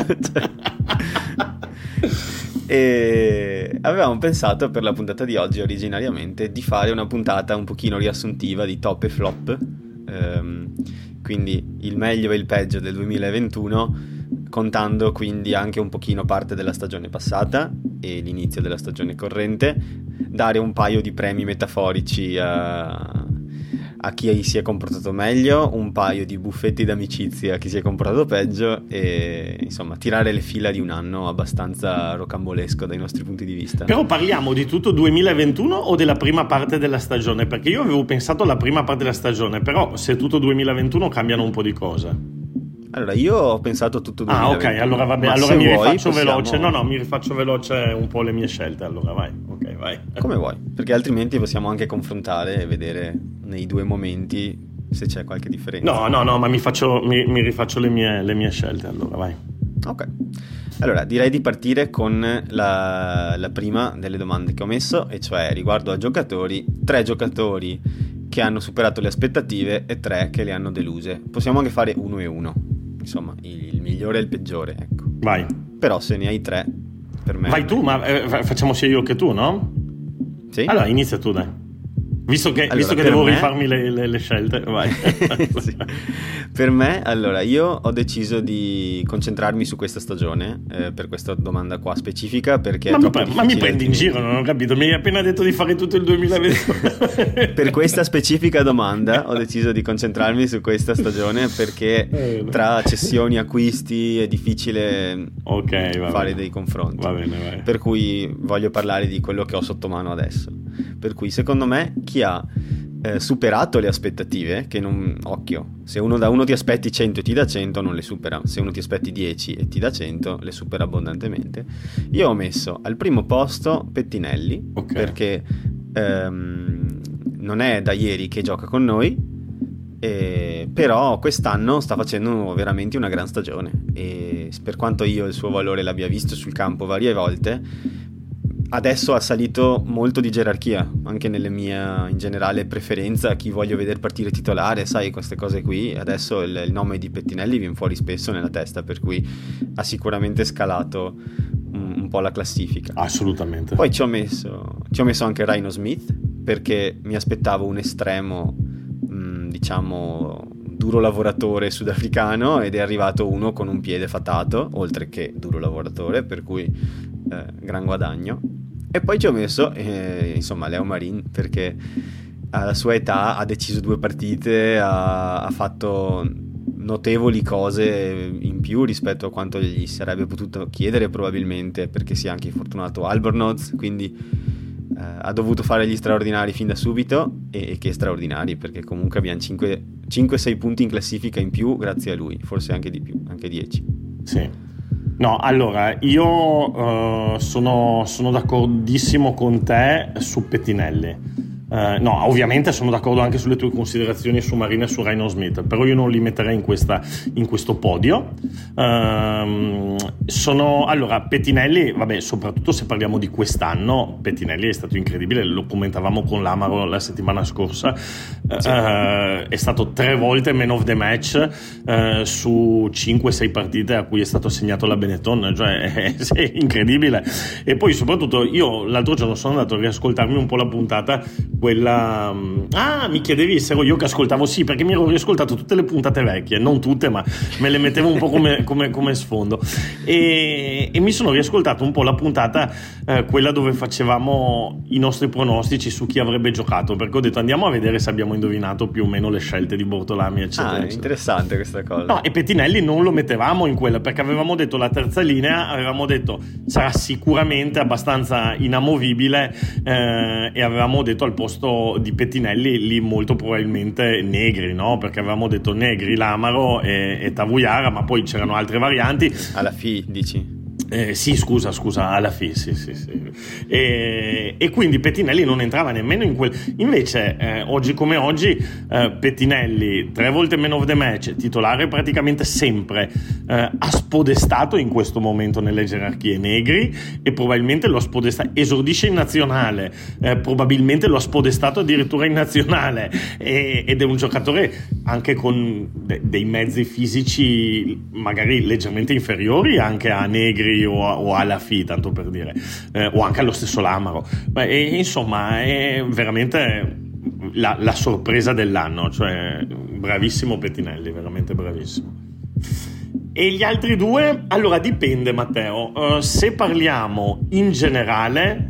E avevamo pensato per la puntata di oggi originariamente di fare una puntata un pochino riassuntiva di top e flop, quindi il meglio e il peggio del 2021, contando quindi anche un pochino parte della stagione passata e l'inizio della stagione corrente, dare un paio di premi metaforici a chi si è comportato meglio, un paio di buffetti d'amicizia a chi si è comportato peggio, e insomma tirare le fila di un anno abbastanza rocambolesco dai nostri punti di vista. Però parliamo di tutto 2021 o della prima parte della stagione? Perché io avevo pensato alla prima parte della stagione, però se è tutto 2021 cambiano un po' di cose. Allora, io ho pensato tutto 2021. Ok, allora va bene, allora mi rifaccio veloce. No, mi rifaccio veloce un po' le mie scelte, allora vai. Ok, vai. Come vuoi, perché altrimenti possiamo anche confrontare e vedere nei 2 momenti se c'è qualche differenza. No, ma mi rifaccio le mie scelte, allora vai. Ok. Allora, direi di partire con la prima delle domande che ho messo, e cioè riguardo a giocatori, 3 giocatori che hanno superato le aspettative e 3 che le hanno deluse. Possiamo anche fare 1 e 1. insomma il migliore e il peggiore, ecco. Vai. Però se ne hai 3, per me... Vai tu, ma facciamo sia io che tu, no? Sì? Allora inizia tu, dai. Visto che devo rifarmi le scelte, vai. Sì. Per me, allora, io ho deciso di concentrarmi su questa stagione, per questa domanda qua specifica, perché ma mi prendi in giro, non ho capito, mi hai appena detto di fare tutto il 2020. Per questa specifica domanda ho deciso di concentrarmi su questa stagione, perché tra cessioni, acquisti è difficile fare dei confronti. Va bene, vai. Per cui voglio parlare di quello che ho sotto mano adesso. Per cui secondo me chi ha superato le aspettative, che non, occhio, se da uno ti aspetti 100 e ti dà 100 non le supera, se uno ti aspetti 10 e ti dà 100 le supera abbondantemente. Io ho messo al primo posto Pettinelli, perché non è da ieri che gioca con noi, però quest'anno sta facendo veramente una gran stagione, e per quanto io il suo valore l'abbia visto sul campo varie volte, adesso ha salito molto di gerarchia, anche nelle mie, in generale, preferenza, chi voglio vedere partire titolare, sai, queste cose qui. Adesso il nome di Pettinelli viene fuori spesso nella testa, per cui ha sicuramente scalato un po' la classifica. Assolutamente. Poi ci ho messo anche Rhino Smith, perché mi aspettavo un estremo, diciamo, duro lavoratore sudafricano, ed è arrivato uno con un piede fatato, oltre che duro lavoratore, per cui gran guadagno. E poi ci ho messo insomma Leo Marin, perché alla sua età ha deciso 2 partite, ha fatto notevoli cose in più rispetto a quanto gli sarebbe potuto chiedere, probabilmente, perché si è anche infortunato Albornoz, quindi ha dovuto fare gli straordinari fin da subito, e che straordinari, perché comunque abbiamo 5-6 punti in classifica in più grazie a lui, forse anche di più, anche 10. Sì. No, allora, io sono d'accordissimo con te su Pettinelli. No, ovviamente sono d'accordo anche sulle tue considerazioni su Marina e su Rhino Smith, però io non li metterei in questo podio. Allora, Pettinelli, vabbè, soprattutto se parliamo di quest'anno, Pettinelli è stato incredibile, lo commentavamo con l'Amaro la settimana scorsa. Sì. È stato 3 volte man of the match su 5-6 partite a cui è stato assegnato la Benetton, cioè è incredibile. E poi soprattutto io l'altro giorno sono andato a riascoltarmi un po' la puntata, quella... mi chiedevi se ero io che ascoltavo? Sì, perché mi ero riascoltato tutte le puntate vecchie, non tutte, ma me le mettevo un po' come sfondo, e mi sono riascoltato un po' la puntata, quella dove facevamo i nostri pronostici su chi avrebbe giocato, perché ho detto andiamo a vedere se abbiamo indovinato più o meno le scelte di Bortolami, eccetera, eccetera. Interessante questa cosa. No, e Pettinelli non lo mettevamo in quella, perché avevamo detto la terza linea, avevamo detto sarà sicuramente abbastanza inamovibile, e avevamo detto al posto di Pettinelli lì molto probabilmente Negri, no? Perché avevamo detto Negri, Lamaro e Tavuyara, ma poi c'erano altre varianti. Alla FI dici? Sì, scusa, alla FI, sì. E quindi Pettinelli non entrava nemmeno in quel. Invece, oggi come oggi, Pettinelli 3 volte man of the match, titolare praticamente sempre, ha spodestato in questo momento nelle gerarchie Negri, e probabilmente lo ha spodestato, esordisce in nazionale, probabilmente lo ha spodestato addirittura in nazionale, ed è un giocatore anche con dei mezzi fisici magari leggermente inferiori anche a Negri o alla FI, tanto per dire, o anche allo stesso Lamaro. Insomma, è veramente la sorpresa dell'anno, cioè bravissimo Pettinelli, veramente bravissimo. E gli altri 2? Allora dipende, Matteo, se parliamo in generale,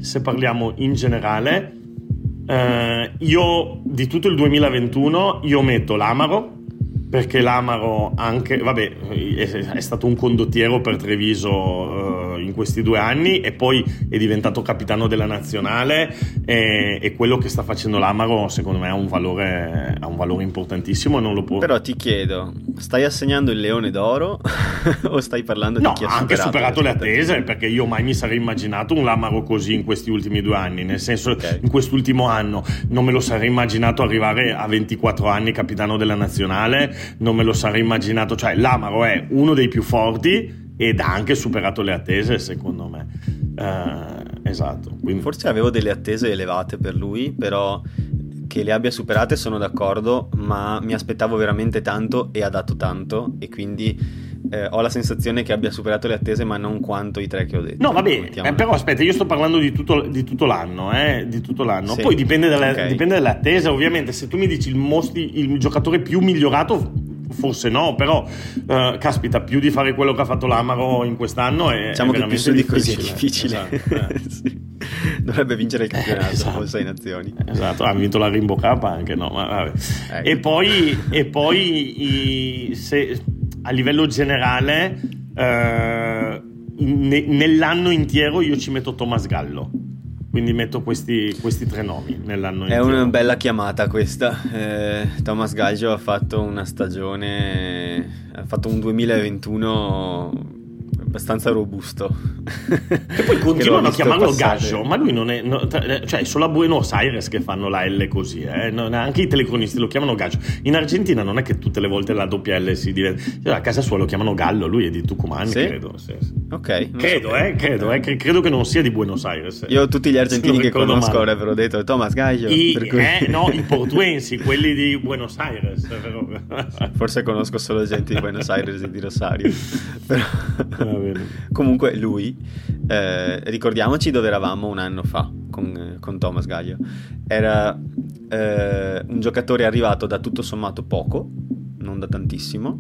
io di tutto il 2021 io metto Lamaro, perché Lamaro anche, vabbè, è stato un condottiero per Treviso in questi 2 anni, e poi è diventato capitano della nazionale, e quello che sta facendo Lamaro secondo me ha un valore importantissimo, e non lo può. Però ti chiedo, stai assegnando il Leone d'Oro o stai parlando di chi ha superato le attese? Perché io mai mi sarei immaginato un Lamaro così in questi ultimi 2 anni, nel senso, in quest'ultimo anno non me lo sarei immaginato arrivare a 24 anni capitano della nazionale, non me lo sarei immaginato, cioè Lamaro è uno dei più forti ed ha anche superato le attese, secondo me. Esatto. Quindi... Forse avevo delle attese elevate per lui, però che le abbia superate sono d'accordo, ma mi aspettavo veramente tanto e ha dato tanto, e quindi ho la sensazione che abbia superato le attese, ma non quanto i 3 che ho detto. No, vabbè, però aspetta, io sto parlando di tutto l'anno, di tutto l'anno. Sì, poi dipende dalle attese, ovviamente. Se tu mi dici il giocatore più migliorato, forse no, però caspita, più di fare quello che ha fatto l'Amaro in quest'anno è diciamo è che più su di così è difficile. Esatto. Sì. Dovrebbe vincere il campionato, esatto. con 6 nazioni. Esatto, ha vinto la Rainbow Cup anche, no? Ma vabbè. Ecco. E poi se, a livello generale, nell'anno intero io ci metto Thomas Gallo. Quindi metto questi 3 nomi nell'anno intero. È una bella chiamata questa. Thomas Gallo ha fatto una stagione, ha fatto un 2021 abbastanza robusto. E poi continuano a chiamarlo Gaggio, ma lui non è, cioè è solo a Buenos Aires che fanno la L così, anche i telecronisti lo chiamano Gaggio. In Argentina non è che tutte le volte la doppia L si diventa, a casa sua lo chiamano Gallo, lui è di Tucumán, sì? Credo. Sì. Ok, credo che non sia di Buenos Aires. Io tutti gli argentini che conosco avrebbero detto Thomas Gallo, no, i portuensi, quelli di Buenos Aires, forse conosco solo gente di Buenos Aires e di Rosario. Però comunque lui, ricordiamoci dove eravamo un anno fa con Thomas Gallo. Era un giocatore arrivato da tutto sommato poco, non da tantissimo,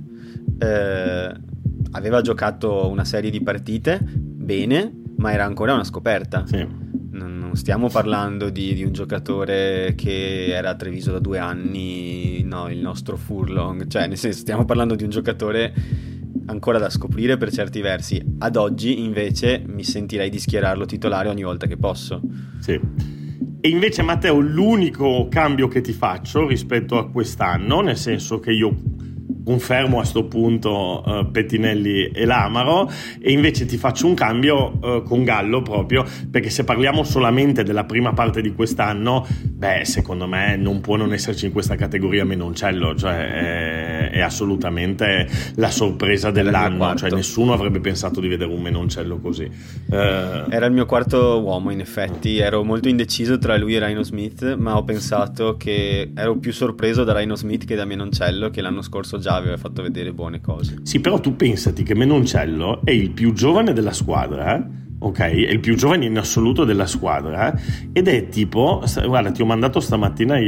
aveva giocato una serie di partite bene, ma era ancora una scoperta. Sì. Non stiamo parlando di un giocatore che era a Treviso da 2 anni, no, il nostro Furlong, cioè nel senso stiamo parlando di un giocatore ancora da scoprire per certi versi. Ad oggi invece mi sentirei di schierarlo titolare ogni volta che posso. Sì. E invece Matteo, l'unico cambio che ti faccio rispetto a quest'anno, nel senso che io confermo a sto punto Pettinelli e l'Amaro, e invece ti faccio un cambio con Gallo, proprio perché se parliamo solamente della prima parte di quest'anno, secondo me non può non esserci in questa categoria Menoncello, cioè è assolutamente la sorpresa dell'anno, cioè nessuno avrebbe pensato di vedere un Menoncello così. Era il mio quarto uomo, in effetti ero molto indeciso tra lui e Rhino Smith, ma ho pensato che ero più sorpreso da Rhino Smith che da Menoncello, che l'anno scorso già aveva fatto vedere buone cose. Sì, però tu pensati che Menoncello è il più giovane della squadra, ok? È il più giovane in assoluto della squadra, ed è tipo, guarda, ti ho mandato stamattina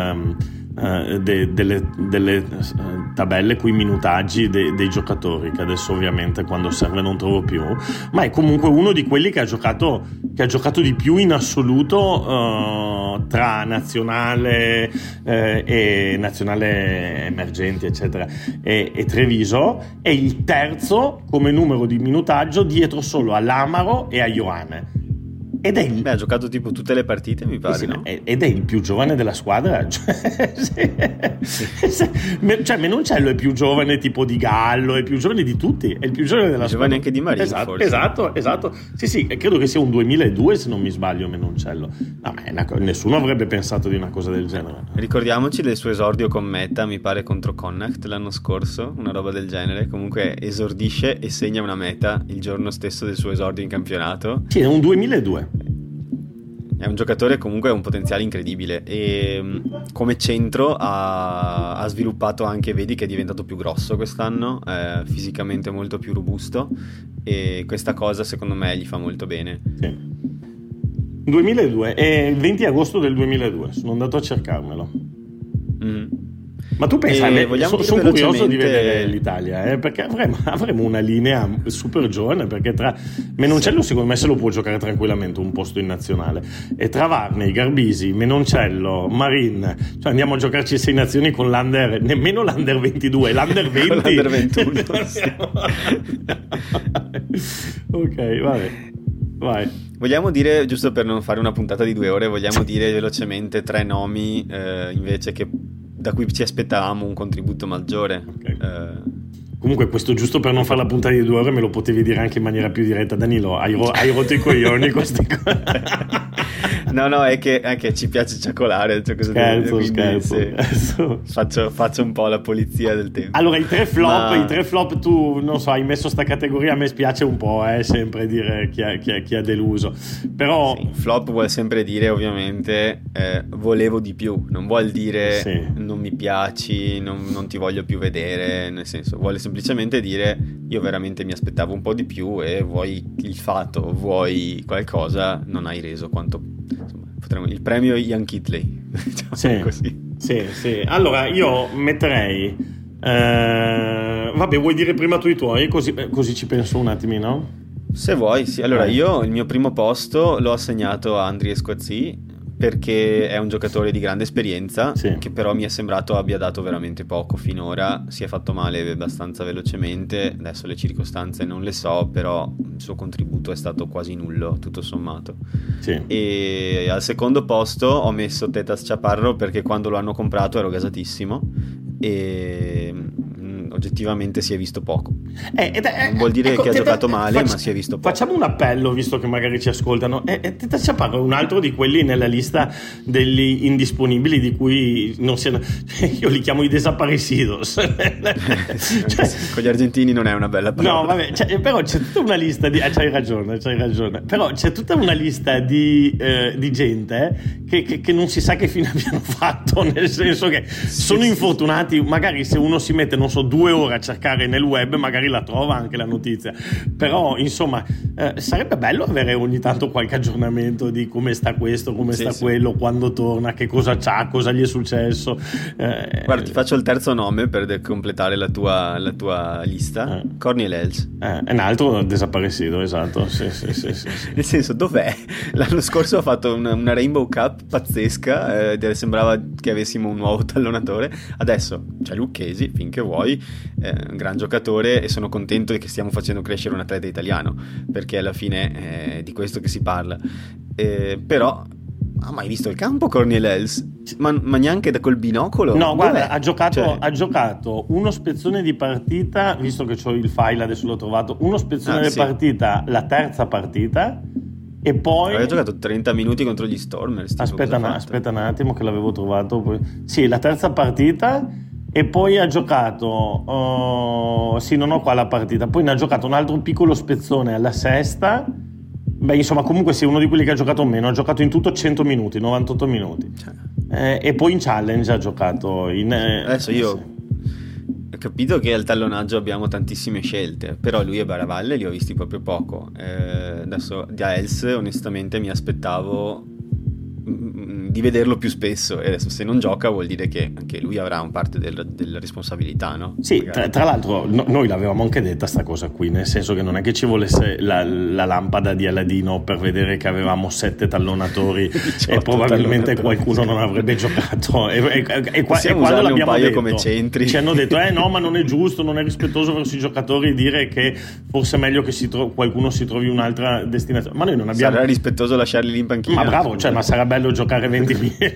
delle tabelle con i minutaggi dei giocatori, che adesso ovviamente quando serve non trovo più, ma è comunque uno di quelli che ha giocato di più in assoluto tra nazionale e nazionale emergenti eccetera e Treviso. È il terzo come numero di minutaggio dietro solo all'Amaro e a Ioane. Ed è ha giocato tipo tutte le partite, mi pare, no? Ed è il più giovane della squadra, cioè Menoncello è più giovane tipo di Gallo, è più giovane di tutti, è il più giovane della squadra, giovane anche di Marin, esatto. Sì, credo che sia un 2002 se non mi sbaglio Menoncello. Nessuno avrebbe pensato di una cosa del genere. Ricordiamoci del suo esordio con Meta, mi pare contro Connacht l'anno scorso, una roba del genere. Comunque esordisce e segna una meta il giorno stesso del suo esordio in campionato. Sì, è un 2002. È un giocatore comunque un potenziale incredibile, e come centro ha sviluppato anche, vedi che è diventato più grosso quest'anno, fisicamente molto più robusto, e questa cosa secondo me gli fa molto bene. Sì. 2002, è il 20 agosto del 2002, sono andato a cercarmelo. Ma tu pensa, sono curioso di vedere l'Italia, perché avremo una linea super giovane, perché tra Menoncello secondo me se lo può giocare tranquillamente un posto in nazionale, e tra Varney, Garbisi, Menoncello, Marin, cioè andiamo a giocarci 6 nazioni con l'Under, nemmeno l'Under 22, l'Under 20. L'Under 21, sì. Ok, vai. Vogliamo dire, giusto per non fare una puntata di 2 ore, vogliamo dire velocemente 3 nomi invece da cui ci aspettavamo un contributo maggiore. Okay. Comunque questo giusto per non fare la puntata di 2 ore me lo potevi dire anche in maniera più diretta. Danilo, hai rotto i coglioni queste cose. No, è che ci piace ciacolare, cioè scherzo. Faccio un po' la polizia del tempo. Allora i tre flop tu non so, hai messo sta categoria, a me spiace un po' sempre dire chi ha deluso, però sì, flop vuol sempre dire ovviamente volevo di più, non vuol dire non mi piaci, non ti voglio più vedere, nel senso vuole semplicemente semplicemente dire io veramente mi aspettavo un po' di più e vuoi il fatto, vuoi qualcosa, non hai reso quanto, insomma, il premio Ian Kitley, diciamo così. Sì. Allora io metterei vabbè, vuoi dire prima tu i tuoi, così ci penso un attimino? Se vuoi, sì. Allora io il mio primo posto l'ho assegnato a Andriy Squazzi, perché è un giocatore di grande esperienza, che però mi è sembrato abbia dato veramente poco finora. Si è fatto male abbastanza velocemente, adesso le circostanze non le so, però il suo contributo è stato quasi nullo tutto sommato. E al secondo posto ho messo Tetas Chaparro, perché quando lo hanno comprato ero gasatissimo e oggettivamente si è visto poco. Non vuol dire che ha giocato male, ma si è visto poco. Facciamo un appello, visto che magari ci ascoltano. Tetas Chaparro è un altro di quelli nella lista degli indisponibili, di cui non siano, io li chiamo i desaparecidos. Con gli argentini non è una bella parola. No, vabbè, però c'è tutta una lista di c'hai ragione. Però c'è tutta una lista di gente che non si sa che fine abbiano fatto, nel senso che sono infortunati. Magari se uno si mette, non so, 2 ore a cercare nel web, magari la trova anche la notizia. Però insomma sarebbe bello avere ogni tanto qualche aggiornamento di come sta questo, come sta quello, quando torna, che cosa c'ha, cosa gli è successo. Guarda, ti faccio il terzo nome per completare la tua lista. Corniel Els è un altro desaparecido, esatto. Sì. Nel senso, dov'è? L'anno scorso ha fatto una Rainbow Cup pazzesca, sembrava che avessimo un nuovo tallonatore. Adesso c'è Lucchesi, finché vuoi, un gran giocatore, e sono contento che stiamo facendo crescere un atleta italiano, perché alla fine è di questo che si parla. Però ha mai visto il campo Corniel Els? Ma neanche da col binocolo? No, guarda, ha giocato uno spezzone di partita, visto che ho il file, adesso l'ho trovato, uno spezzone di partita, la terza partita, e poi aveva giocato 30 minuti contro gli Stormers. Aspetta un attimo che l'avevo trovato poi. Sì, la terza partita. E poi ha giocato non ho qua la partita, poi ne ha giocato un altro piccolo spezzone alla sesta. Beh, insomma, comunque sì, uno di quelli che ha giocato meno. Ha giocato in tutto 100 minuti, 98 minuti. E poi in challenge ha giocato adesso io ho capito che al tallonaggio abbiamo tantissime scelte, però lui e Baravalle li ho visti proprio poco. Adesso da Els onestamente mi aspettavo di vederlo più spesso, e adesso se non gioca vuol dire che anche lui avrà un parte della responsabilità, no? Sì, tra l'altro noi l'avevamo anche detta sta cosa qui, nel senso che non è che ci volesse la lampada di Aladino per vedere che avevamo 7 tallonatori e probabilmente qualcuno non avrebbe giocato e quando l'abbiamo detto come centri ci hanno detto no, ma non è giusto, non è rispettoso verso i giocatori dire che forse è meglio che qualcuno si trovi un'altra destinazione, ma noi non abbiamo. Sarà rispettoso lasciarli lì in panchina, ma bravo, ma sarà bello giocare 20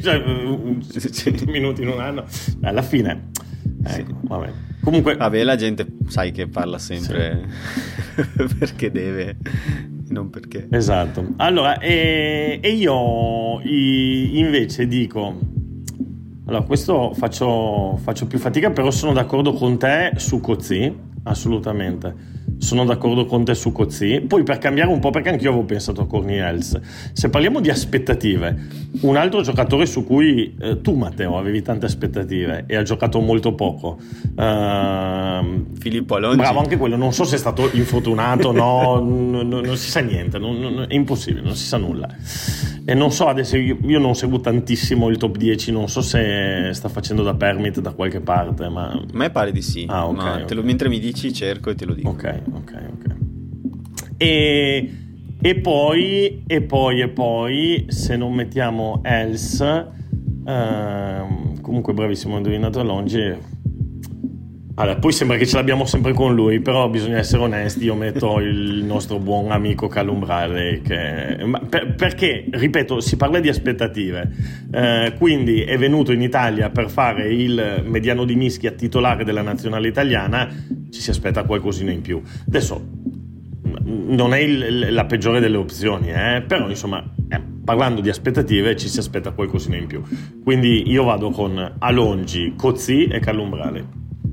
minuti in un anno alla fine. Vabbè. Comunque la gente sai che parla sempre perché deve, non perché. Esatto. Allora e io invece dico, allora questo faccio più fatica, però sono d'accordo con te su Coetzee, assolutamente. Sono d'accordo con te su Coetzee. Poi, per cambiare un po', perché anch'io avevo pensato a Corniel Els, se parliamo di aspettative, un altro giocatore su cui tu, Matteo, avevi tante aspettative e ha giocato molto poco, Filippo Alongi. Bravo, anche quello, non so se è stato infortunato, no, non si sa niente, è impossibile, non si sa nulla. E non so, adesso io non seguo tantissimo il top 10, non so se sta facendo da permit da qualche parte, ma a me pare di sì. Okay. Mentre mi dici cerco e te lo dico. Ok. E poi se non mettiamo Els, comunque bravissimo, ho indovinato Alongi. Allora, poi sembra che ce l'abbiamo sempre con lui, però bisogna essere onesti. Io metto il nostro buon amico Calumbrale, perché, ripeto, si parla di aspettative, quindi è venuto in Italia per fare il mediano di mischia titolare della nazionale italiana, ci si aspetta qualcosina in più. Adesso non è la peggiore delle opzioni, però insomma, parlando di aspettative, ci si aspetta qualcosina in più. Quindi io vado con Alongi, Coetzee e Calumbrale.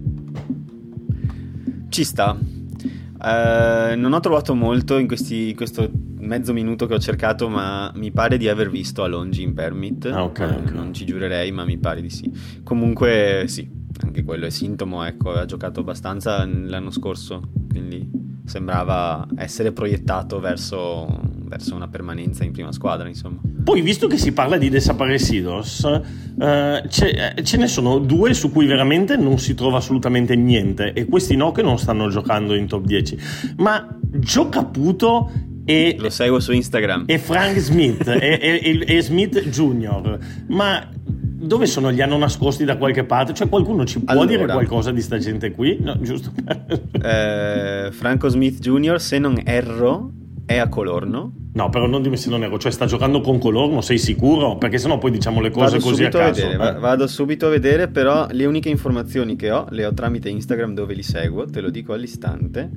Ci sta. Non ho trovato molto in questo mezzo minuto che ho cercato, ma mi pare di aver visto Alongi in permit. Okay. Non ci giurerei, ma mi pare di sì. Comunque sì, anche quello è sintomo, ecco, ha giocato abbastanza l'anno scorso, quindi sembrava essere proiettato verso una permanenza in prima squadra, insomma. Poi, visto che si parla di desaparecidos, ce ne sono due su cui veramente non si trova assolutamente niente, e questi no, che non stanno giocando in top 10, ma Joe Caputo e lo seguo su Instagram, e Frank Smith e Smith Jr., ma dove sono? Li hanno nascosti da qualche parte? Cioè, qualcuno ci può dire qualcosa di sta gente qui? No, giusto. Franco Smith Jr., se non erro, è a Colorno. No, però non dimmi se non ero, cioè sta giocando con Colorno, sei sicuro? Perché sennò poi diciamo le cose così a caso. Vado subito a vedere, però le uniche informazioni che ho le ho tramite Instagram, dove li seguo, te lo dico all'istante.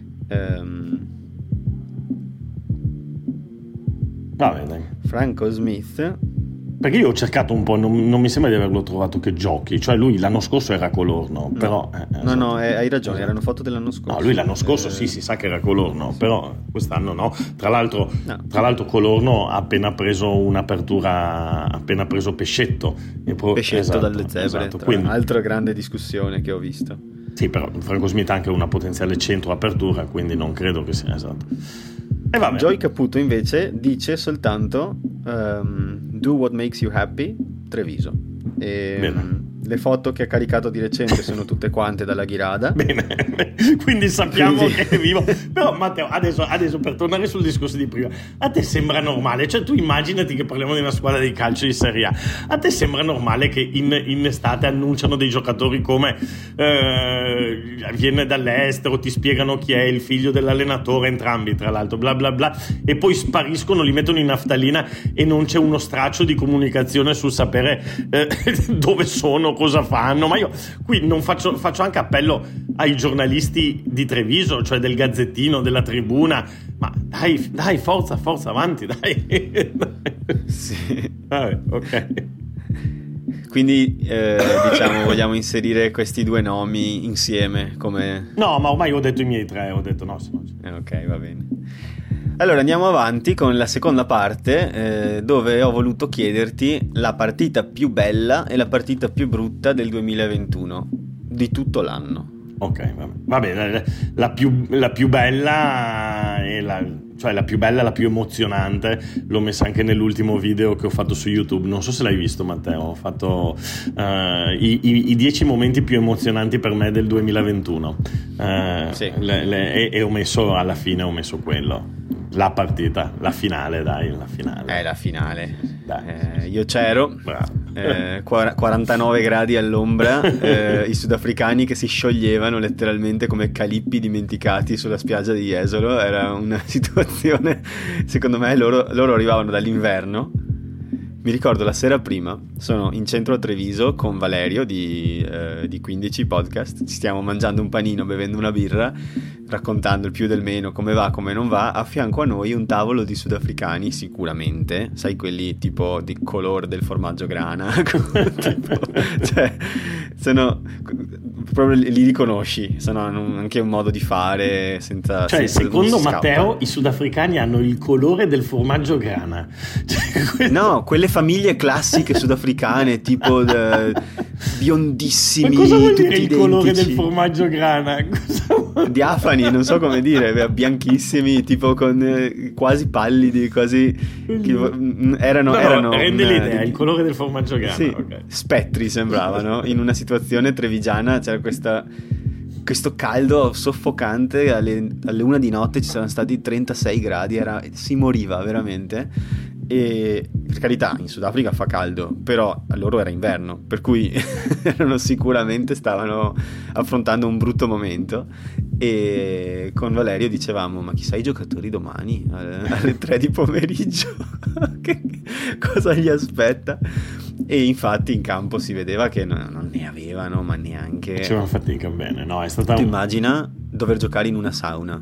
Va bene. Franco Smith. Perché io ho cercato un po', non mi sembra di averlo trovato che giochi, cioè lui l'anno scorso era Colorno, però... No, hai ragione, erano foto dell'anno scorso. No, lui l'anno scorso sì, si sa che era Colorno, sì. Però quest'anno no. Tra l'altro Colorno ha appena preso un'apertura, ha appena preso Pescetto. Pescetto dalle zebre, esatto. Quindi, altra grande discussione che ho visto. Sì, però Franco Smith ha anche una potenziale centro apertura, quindi non credo che sia esatto. E vabbè. Joey Caputo invece dice soltanto do what makes you happy, Treviso. Le foto che ha caricato di recente sono tutte quante dalla Ghirada. Bene, quindi sappiamo che è vivo. Però Matteo, adesso per tornare sul discorso di prima, a te sembra normale? Cioè, tu immaginati che parliamo di una squadra di calcio di Serie A te sembra normale che in estate annunciano dei giocatori come viene dall'estero, ti spiegano chi è il figlio dell'allenatore, entrambi tra l'altro, bla bla bla, e poi spariscono, li mettono in naftalina e non c'è uno straccio di comunicazione sul sapere dove sono, cosa fanno? Ma io qui non faccio anche appello ai giornalisti di Treviso, cioè del Gazzettino, della Tribuna, ma dai, forza, avanti, dai. Sì. Ok. Quindi diciamo vogliamo inserire questi due nomi insieme come... No, ma ormai ho detto i miei tre, ho detto no. Ok, va bene. Allora andiamo avanti con la seconda parte, dove ho voluto chiederti la partita più bella e la partita più brutta del 2021, di tutto l'anno. Ok, vabbè, la più bella e la più bella, la più emozionante, l'ho messa anche nell'ultimo video che ho fatto su YouTube. Non so se l'hai visto, Matteo. Ho fatto i 10 momenti più emozionanti per me del 2021. Sì. E ho messo alla fine, quello. La partita, la finale, dai, la finale. La finale. Io c'ero. Bravo. 49 gradi all'ombra, i sudafricani che si scioglievano letteralmente come calippi dimenticati sulla spiaggia di Jesolo. Era una situazione, secondo me loro arrivavano dall'inverno. Mi ricordo la sera prima sono in centro a Treviso con Valerio di 15 Podcast, ci stiamo mangiando un panino, bevendo una birra, raccontando il più del meno, come va, come non va. A fianco a noi un tavolo di sudafricani, sicuramente, sai, quelli tipo di colore del formaggio grana, tipo, cioè sono proprio, li riconosci, sono anche un modo di fare senza, secondo Matteo i sudafricani hanno il colore del formaggio grana, no, quelle famiglie classiche sudafricane tipo biondissimi. Ma cosa vuol dire tutti il colore del formaggio grana? Diafani, non so come dire, bianchissimi, tipo con quasi pallidi, quasi erano rende l'idea, il colore del formaggio grana. Sì, okay. Spettri sembravano in una situazione trevigiana. C'era questo caldo soffocante, alle 1 di notte ci saranno stati 36 gradi, si moriva veramente. E per carità, in Sudafrica fa caldo, però a loro era inverno, per cui sicuramente stavano affrontando un brutto momento. E con Valerio dicevamo: ma chissà i giocatori domani alle 3 di pomeriggio che cosa gli aspetta? E infatti in campo si vedeva che non ne avevano, ma neanche. Facevano fatica, bene, no? È stata tu immagina dover giocare in una sauna.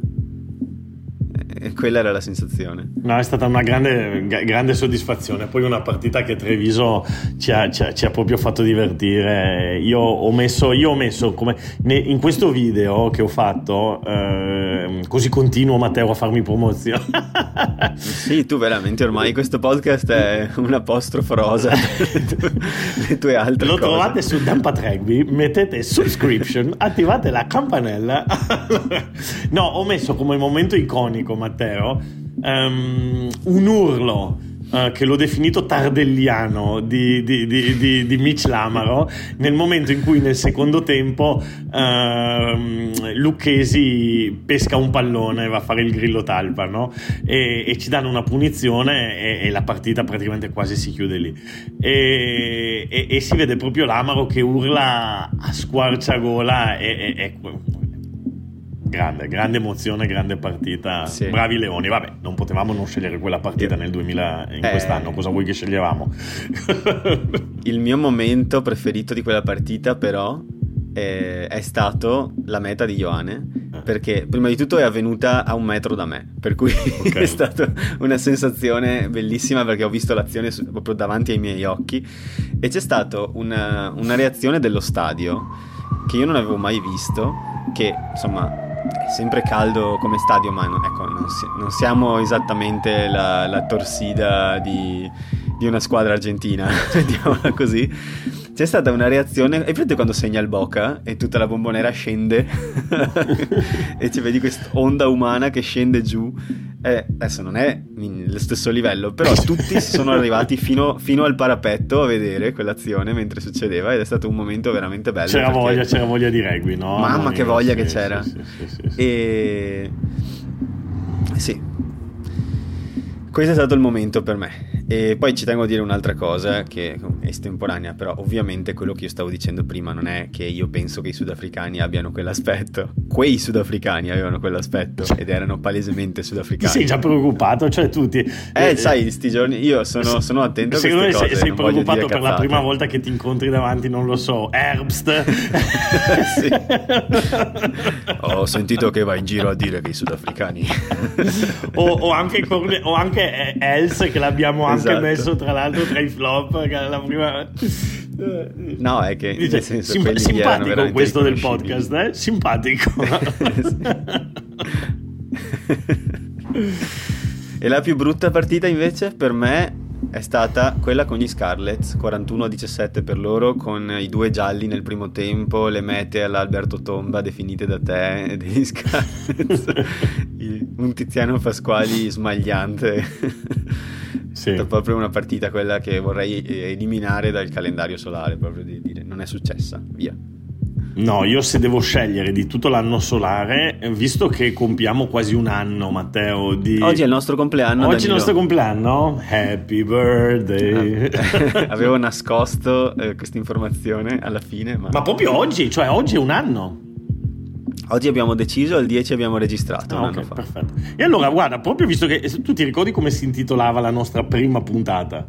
Quella era la sensazione. No, è stata una grande soddisfazione. Poi una partita che Treviso ci ha proprio fatto divertire. Io ho messo come in questo video che ho fatto, così continuo, Matteo, a farmi promozione. Sì, tu veramente ormai questo podcast è un apostrofo rosa le tue altre lo cose. Trovate su Dampat Rugby, mettete subscription, attivate la campanella. No, ho messo come momento iconico, Matteo, un urlo che l'ho definito tardelliano di Mitch Lamaro nel momento in cui nel secondo tempo Lucchesi pesca un pallone e va a fare il grillo talpa, no? E ci danno una punizione e la partita praticamente quasi si chiude lì e si vede proprio Lamaro che urla a squarciagola e grande emozione, grande partita. Sì. Bravi Leoni. Vabbè, non potevamo non scegliere quella partita nel 2000 in quest'anno. Cosa vuoi che sceglievamo? Il mio momento preferito di quella partita però è stato la meta di Ioane, perché prima di tutto è avvenuta a 1 metro da me, per cui è stata una sensazione bellissima, perché ho visto l'azione proprio davanti ai miei occhi e c'è stata una reazione dello stadio che io non avevo mai visto, che insomma è sempre caldo come stadio, ma non siamo esattamente la torsida di una squadra argentina, mettiamola così. C'è stata una reazione, e vedete quando segna il Boca e tutta la Bombonera scende e ci vedi questa onda umana che scende giù. Adesso non è lo stesso livello, però tutti si sono arrivati fino al parapetto a vedere quell'azione mentre succedeva, ed è stato un momento veramente bello. C'era voglia di rugby, no? Mamma, che voglia che sì, c'era. Sì. E sì, questo è stato il momento per me. E poi ci tengo a dire un'altra cosa che è estemporanea, però ovviamente quello che io stavo dicendo prima non è che io penso che i sudafricani abbiano quell'aspetto. Quei sudafricani avevano quell'aspetto ed erano palesemente sudafricani. Ti sei già preoccupato? Cioè tutti sai, sti giorni io sono attento a queste secondo cose. me sei preoccupato per la prima volta volta che ti incontri davanti, non lo so, Herbst. Sì. Ho sentito che va in giro a dire che i sudafricani o anche Els, che l'abbiamo anche messo tra l'altro tra i flop, che la prima. No, è che dice, simpatico questo del podcast, simpatico. E la più brutta partita invece per me è stata quella con gli Scarlets, 41-17 per loro, con i 2 gialli nel primo tempo, le mete all'Alberto Tomba definite da te degli Scarlets. Un Tiziano Pasquali smagliante. Sì. È proprio una partita quella che vorrei eliminare dal calendario solare, proprio di dire non è successa, via. No, io se devo scegliere di tutto l'anno solare, visto che compiamo quasi un anno, Matteo, oggi è il nostro compleanno. Oggi è il nostro compleanno? Happy birthday. Avevo nascosto questa informazione alla fine, ma proprio oggi, cioè oggi è un anno. Oggi abbiamo deciso, al 10 abbiamo registrato un anno fa. Perfetto. E allora guarda, proprio visto che tu ti ricordi come si intitolava la nostra prima puntata?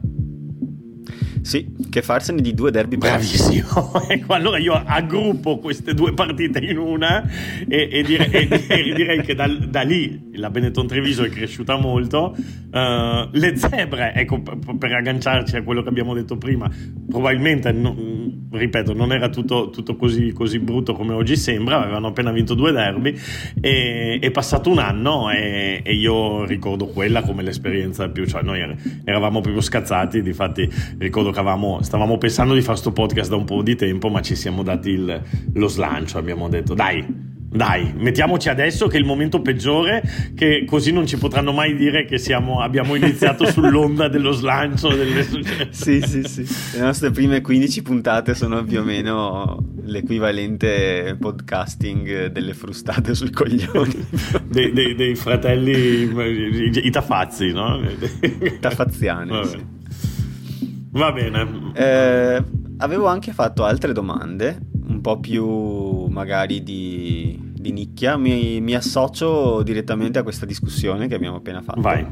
Sì, che farsene di 2 derby. Bravissimo. Ecco, allora io aggruppo queste 2 partite in una e direi che da lì la Benetton Treviso è cresciuta molto. Le zebre, ecco, per agganciarci a quello che abbiamo detto prima, probabilmente ripeto, non era tutto così brutto come oggi sembra. Avevano appena vinto 2 derby, è passato un anno e io ricordo quella come l'esperienza più, cioè noi eravamo proprio scazzati. Difatti ricordo che stavamo pensando di fare sto podcast da un po' di tempo, ma ci siamo dati lo slancio, abbiamo detto dai, mettiamoci adesso che è il momento peggiore, che così non ci potranno mai dire che abbiamo iniziato sull'onda dello slancio Sì. Le nostre prime 15 puntate sono più o meno l'equivalente podcasting delle frustate sul coglioni dei fratelli i Tafazzi, no? Tafazziani, sì. Va bene. Avevo anche fatto altre domande un po' più magari di nicchia. Mi associo direttamente a questa discussione che abbiamo appena fatto. Vai.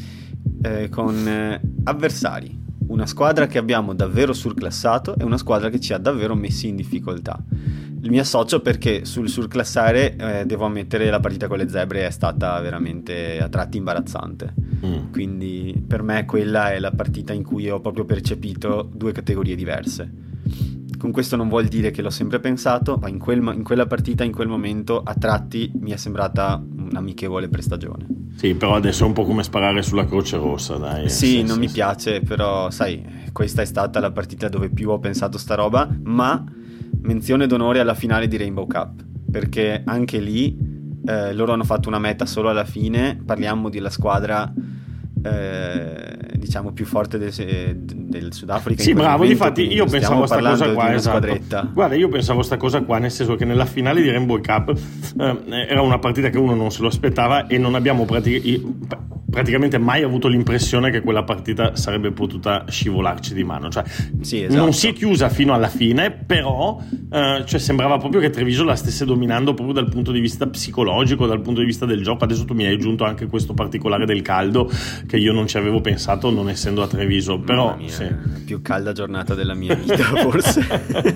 Con avversari, una squadra che abbiamo davvero surclassato e una squadra che ci ha davvero messi in difficoltà. Mi associo perché sul surclassare devo ammettere la partita con le zebre è stata veramente a tratti imbarazzante. Quindi per me quella è la partita in cui ho proprio percepito 2 categorie diverse. Con questo non vuol dire che l'ho sempre pensato, ma in quella partita, in quel momento, a tratti mi è sembrata un'amichevole prestagione. Sì, però adesso è un po' come sparare sulla Croce Rossa, dai. Sì, non mi piace, però sai, questa è stata la partita dove più ho pensato sta roba, ma menzione d'onore alla finale di Rainbow Cup, perché anche lì loro hanno fatto una meta solo alla fine. Parliamo della squadra diciamo più forte del Sudafrica. Sì, bravo, difatti io pensavo sta cosa qua, esatto. Squadretta. Guarda, io pensavo sta cosa qua, nel senso che nella finale di Rainbow Cup era una partita che uno non se lo aspettava e non abbiamo praticamente mai avuto l'impressione che quella partita sarebbe potuta scivolarci di mano, cioè sì, esatto. Non si è chiusa fino alla fine, però cioè sembrava proprio che Treviso la stesse dominando proprio dal punto di vista psicologico, dal punto di vista del gioco. Adesso tu mi hai aggiunto anche questo particolare del caldo che io non ci avevo pensato non essendo a Treviso, però mia, sì. Più calda giornata della mia vita forse.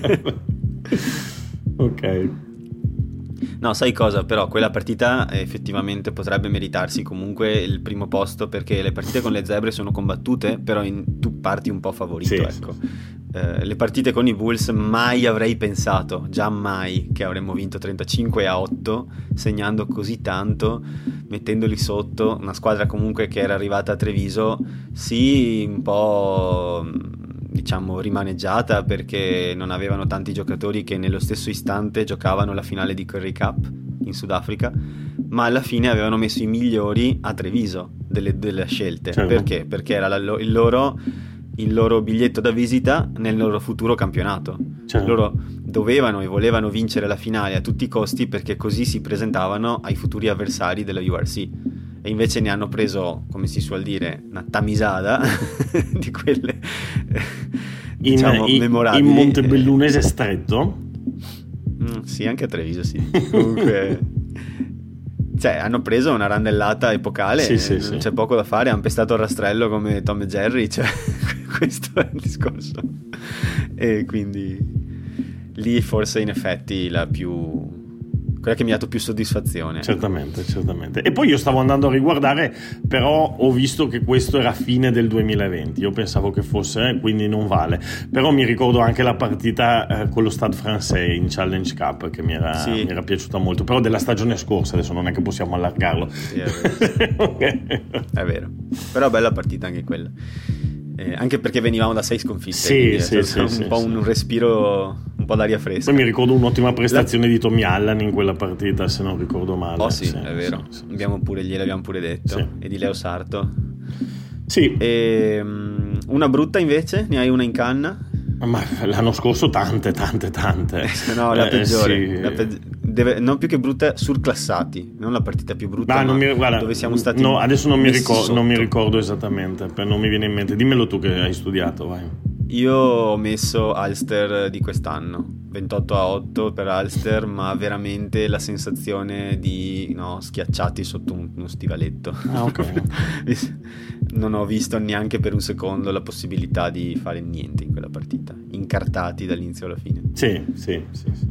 Ok. No, sai cosa? Però quella partita effettivamente potrebbe meritarsi comunque il primo posto, perché le partite con le zebre sono combattute, però tu parti un po' favorito, sì, ecco. Sì. Le partite con i Bulls mai avrei pensato, già mai, che avremmo vinto 35-8, segnando così tanto, mettendoli sotto, una squadra comunque che era arrivata a Treviso, sì, un po' diciamo rimaneggiata perché non avevano tanti giocatori che nello stesso istante giocavano la finale di Currie Cup in Sudafrica, ma alla fine avevano messo i migliori a Treviso delle scelte. Certo. Perché? Perché era il loro biglietto da visita nel loro futuro campionato. Certo. Loro dovevano e volevano vincere la finale a tutti i costi, perché così si presentavano ai futuri avversari della URC. E invece ne hanno preso, come si suol dire, una tamisada di quelle diciamo memorabili. In Montebellunese stretto? Sì, anche a Treviso, sì. Comunque, cioè, hanno preso una randellata epocale, sì, non c'è poco da fare, hanno pestato il rastrello come Tom e Jerry, cioè, questo è il discorso. E quindi lì forse in effetti quella che mi ha dato più soddisfazione. Certamente. E poi io stavo andando a riguardare, però ho visto che questo era fine del 2020. Io pensavo che fosse, quindi non vale. Però mi ricordo anche la partita con lo Stade Français in Challenge Cup, che mi era piaciuta molto. Però della stagione scorsa, adesso non è che possiamo allargarlo. Sì, è vero. Però bella partita anche quella. Anche perché venivamo da 6 sconfitte, un respiro, un po' d'aria fresca. Poi mi ricordo un'ottima prestazione di Tommy Allan in quella partita, se non ricordo male. Oh sì, è vero. Gliel'abbiamo pure detto. Sì. E di Leo Sarto. Sì. E una brutta invece? Ne hai una in canna? Ma l'anno scorso tante. No, la peggiore. Non più che brutta, surclassati, non la partita più brutta, guarda, dove siamo stati. No, adesso non mi ricordo esattamente, non mi viene in mente. Dimmelo tu che hai studiato, vai. Io ho messo Ulster di quest'anno, 28-8 per Ulster, ma veramente la sensazione di schiacciati sotto uno stivaletto. Ah, ok. Non ho visto neanche per un secondo la possibilità di fare niente in quella partita, incartati dall'inizio alla fine. Sì.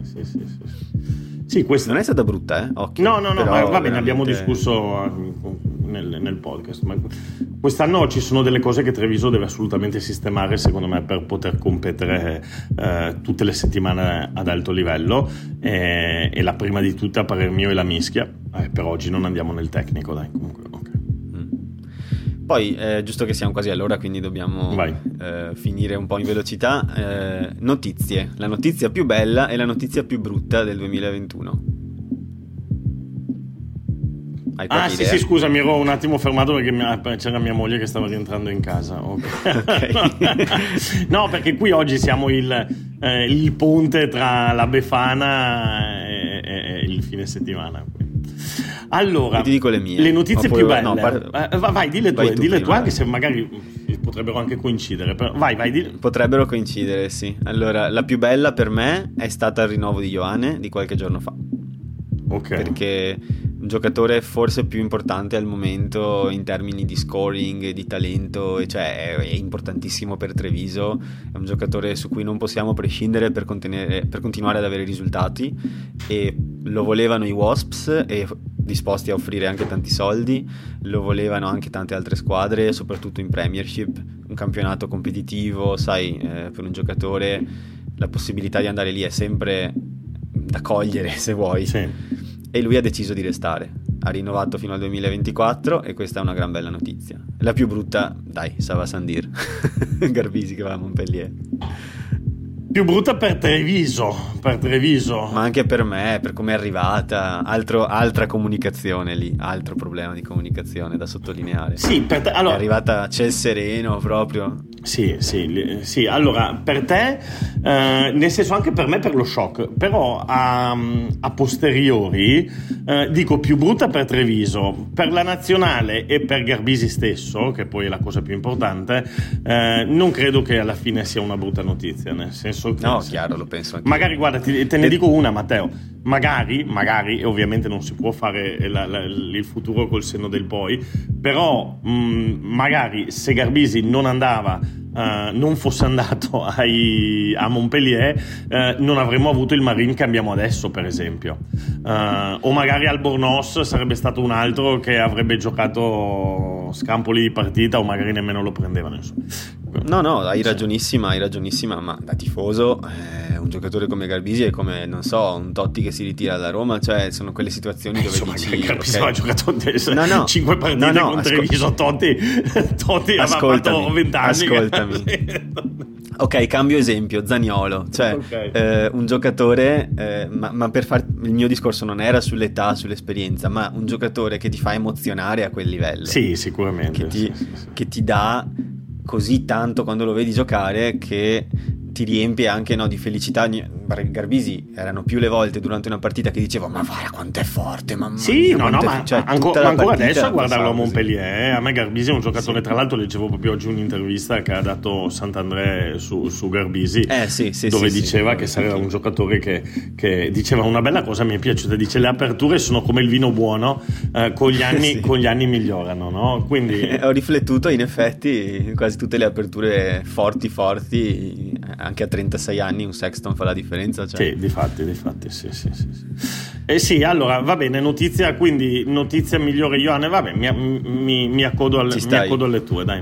Sì, questa non è stata brutta, Occhio. No, ma va bene, abbiamo discusso nel podcast. Ma quest'anno ci sono delle cose che Treviso deve assolutamente sistemare, secondo me, per poter competere tutte le settimane ad alto livello. E la prima di tutte, a parer mio, è la mischia. Per oggi non andiamo nel tecnico, dai, comunque. Okay. Poi, giusto che siamo quasi all'ora, quindi dobbiamo finire un po' in velocità. Notizie. La notizia più bella e la notizia più brutta del 2021. Hai qualche idea? Sì, scusa, mi ero un attimo fermato perché c'era mia moglie che stava rientrando in casa. Okay. No, perché qui oggi siamo il ponte tra la Befana e il fine settimana. Allora, io ti dico le mie. Le notizie più belle. Vai, dille tu, anche se magari potrebbero anche coincidere. Però vai, dille. Potrebbero coincidere, sì. Allora, la più bella per me è stata il rinnovo di Ioane di qualche giorno fa. Ok. Perché un giocatore forse più importante al momento in termini di scoring, di talento, cioè è importantissimo per Treviso, è un giocatore su cui non possiamo prescindere per continuare ad avere risultati, e lo volevano i Wasps e disposti a offrire anche tanti soldi, lo volevano anche tante altre squadre, soprattutto in Premiership, un campionato competitivo, sai, per un giocatore la possibilità di andare lì è sempre da cogliere, se vuoi. Sì. E lui ha deciso di restare. ha rinnovato fino al 2024 e questa è una gran bella notizia. La più brutta, dai, Sava Sandir, Garbisi che va a Montpellier. Più brutta per Treviso. Ma anche per me, per come è arrivata, altra comunicazione lì, altro problema di comunicazione da sottolineare. Sì, allora, è arrivata a ciel sereno proprio. Sì, allora per te, nel senso anche per me per lo shock, però a posteriori dico più brutta per Treviso, per la nazionale e per Garbisi stesso, che poi è la cosa più importante, non credo che alla fine sia una brutta notizia, nel senso che no, chiaro, lo penso anche magari guarda, te ne dico una, Matteo, magari, e ovviamente non si può fare il futuro col senno del poi, però magari se Garbisi non fosse andato a Montpellier, non avremmo avuto il Marin che abbiamo adesso, per esempio, o magari Albornoz sarebbe stato un altro che avrebbe giocato scampoli di partita o magari nemmeno lo prendevano, insomma. No, hai ragionissima, ma da tifoso un giocatore come Garbisi è come, non so, un Totti che si ritira da Roma, cioè sono quelle situazioni dove dici Garbisi okay. ha giocato 5 partite con Treviso, Totti aveva fatto 20 anni. Ascoltami. Ok, cambio esempio, Zaniolo, cioè okay. Un giocatore, ma per fare il mio discorso non era sull'età, sull'esperienza, ma un giocatore che ti fa emozionare a quel livello. Sì, sicuramente. Che ti dà così tanto quando lo vedi giocare che ti riempie anche di felicità. Garbisi erano più le volte durante una partita che dicevo ma guarda quanto è forte, ma ancora adesso a guardarlo a Montpellier, a me Garbisi è un giocatore, tra l'altro leggevo proprio oggi un'intervista che ha dato Sant'André su Garbisi, dove diceva che sarebbe un giocatore che diceva una bella cosa, mi è piaciuta, dice le aperture sono come il vino buono, con gli anni migliorano, no? Quindi ho riflettuto, in effetti quasi tutte le aperture forti anche a 36 anni un Sexton fa la differenza, cioè. Sì, difatti sì. Allora va bene, notizia migliore Ioane, vabbè, mi accodo alle tue, dai.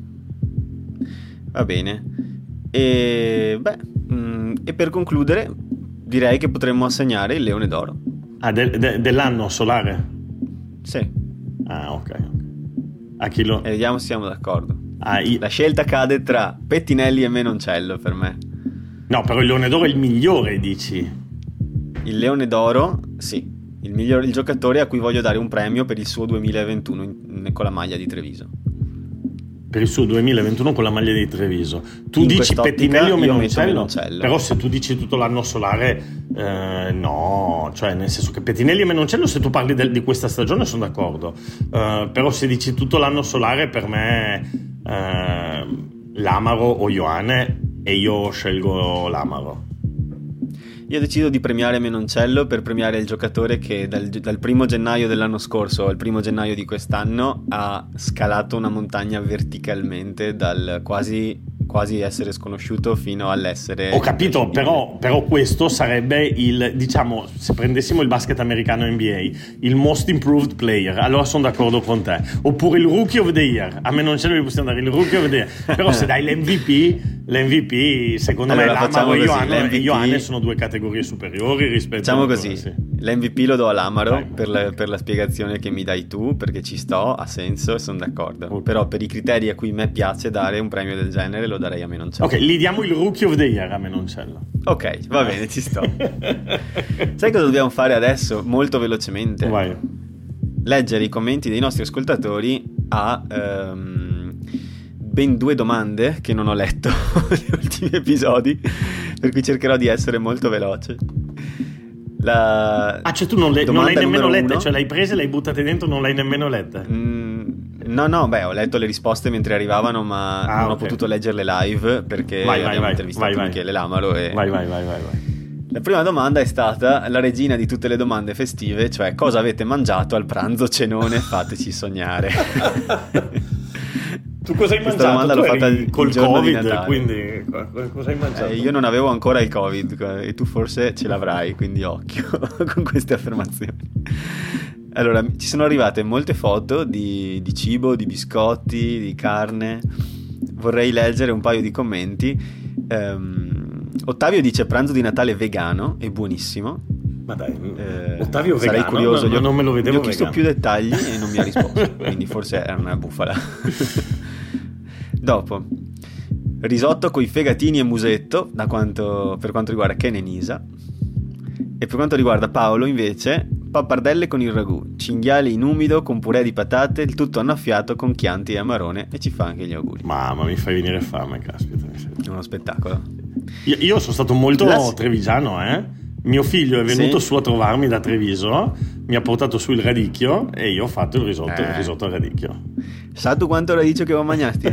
Va bene. E per concludere direi che potremmo assegnare il Leone d'Oro. Dell'anno solare? Sì. Ah, ok. A chi lo... E vediamo se siamo d'accordo. La scelta cade tra Pettinelli e Menoncello per me. No, però il Leone d'Oro è il migliore, dici? Il Leone d'Oro, sì. Il giocatore a cui voglio dare un premio per il suo 2021 con la maglia di Treviso. Per il suo 2021 con la maglia di Treviso. Tu dici Pettinelli o Menoncello? Però se tu dici tutto l'anno solare, no, cioè nel senso che Pettinelli e Menoncello, se tu parli di questa stagione sono d'accordo, però se dici tutto l'anno solare, per me Lamaro o Ioane, e io scelgo Lamaro. Io ho deciso di premiare Menoncello per premiare il giocatore che dal 1 gennaio dell'anno scorso al 1 gennaio di quest'anno ha scalato una montagna verticalmente dal quasi essere sconosciuto fino all'essere... Ho capito, però questo sarebbe diciamo, se prendessimo il basket americano NBA, il most improved player, allora sono d'accordo con te. Oppure il rookie of the year, a Menoncello gli possiamo dare il rookie of the year, però se dai l'MVP secondo me Lamaro e Ioane sono due categorie superiori rispetto facciamo così, sì. L'MVP lo do a Lamaro per la spiegazione che mi dai tu, perché ci sto, ha senso e sono d'accordo, però per i criteri a cui me piace dare un premio del genere lo darei a Menoncello. Ok, gli diamo il rookie of the year a Menoncello. Ok, va bene, ci sto. Sai cosa dobbiamo fare adesso? Molto velocemente. Vai. Leggere i commenti dei nostri ascoltatori a ben 2 domande che non ho letto negli ultimi episodi, per cui cercherò di essere molto veloce. Cioè tu non l'hai nemmeno letta, cioè l'hai presa e l'hai buttate dentro, non l'hai nemmeno letta? No, ho letto le risposte mentre arrivavano, ma non ho potuto leggerle live perché abbiamo intervistato Michele Lamaro e... Vai. La prima domanda è stata la regina di tutte le domande festive, cioè cosa avete mangiato al pranzo cenone, fateci sognare. Tu cosa hai Questa mangiato? Domanda l'ho fatta col Covid, quindi cosa hai mangiato? Io non avevo ancora il Covid e tu forse ce l'avrai, quindi occhio con queste affermazioni. Allora, ci sono arrivate molte foto di cibo, di biscotti, di carne. Vorrei leggere un paio di commenti. Ottavio dice pranzo di Natale vegano e buonissimo. Ma dai, Ottavio sarei vegano, curioso, non me lo vedevo. Gli ho chiesto vegano. più dettagli e non mi ha risposto, quindi forse era una bufala. Dopo, risotto coi fegatini e musetto, per quanto riguarda Ken e Nisa. E per quanto riguarda Paolo, invece, pappardelle con il ragù, cinghiale in umido con purè di patate, il tutto annaffiato con Chianti e amarone, e ci fa anche gli auguri. Mamma, mi fai venire fame, caspita. È uno spettacolo. Io sono stato molto trevigiano, Mio figlio è venuto su a trovarmi da Treviso, mi ha portato su il radicchio e io ho fatto il risotto al radicchio. Sa tu quanto radicchio che ho mangiato?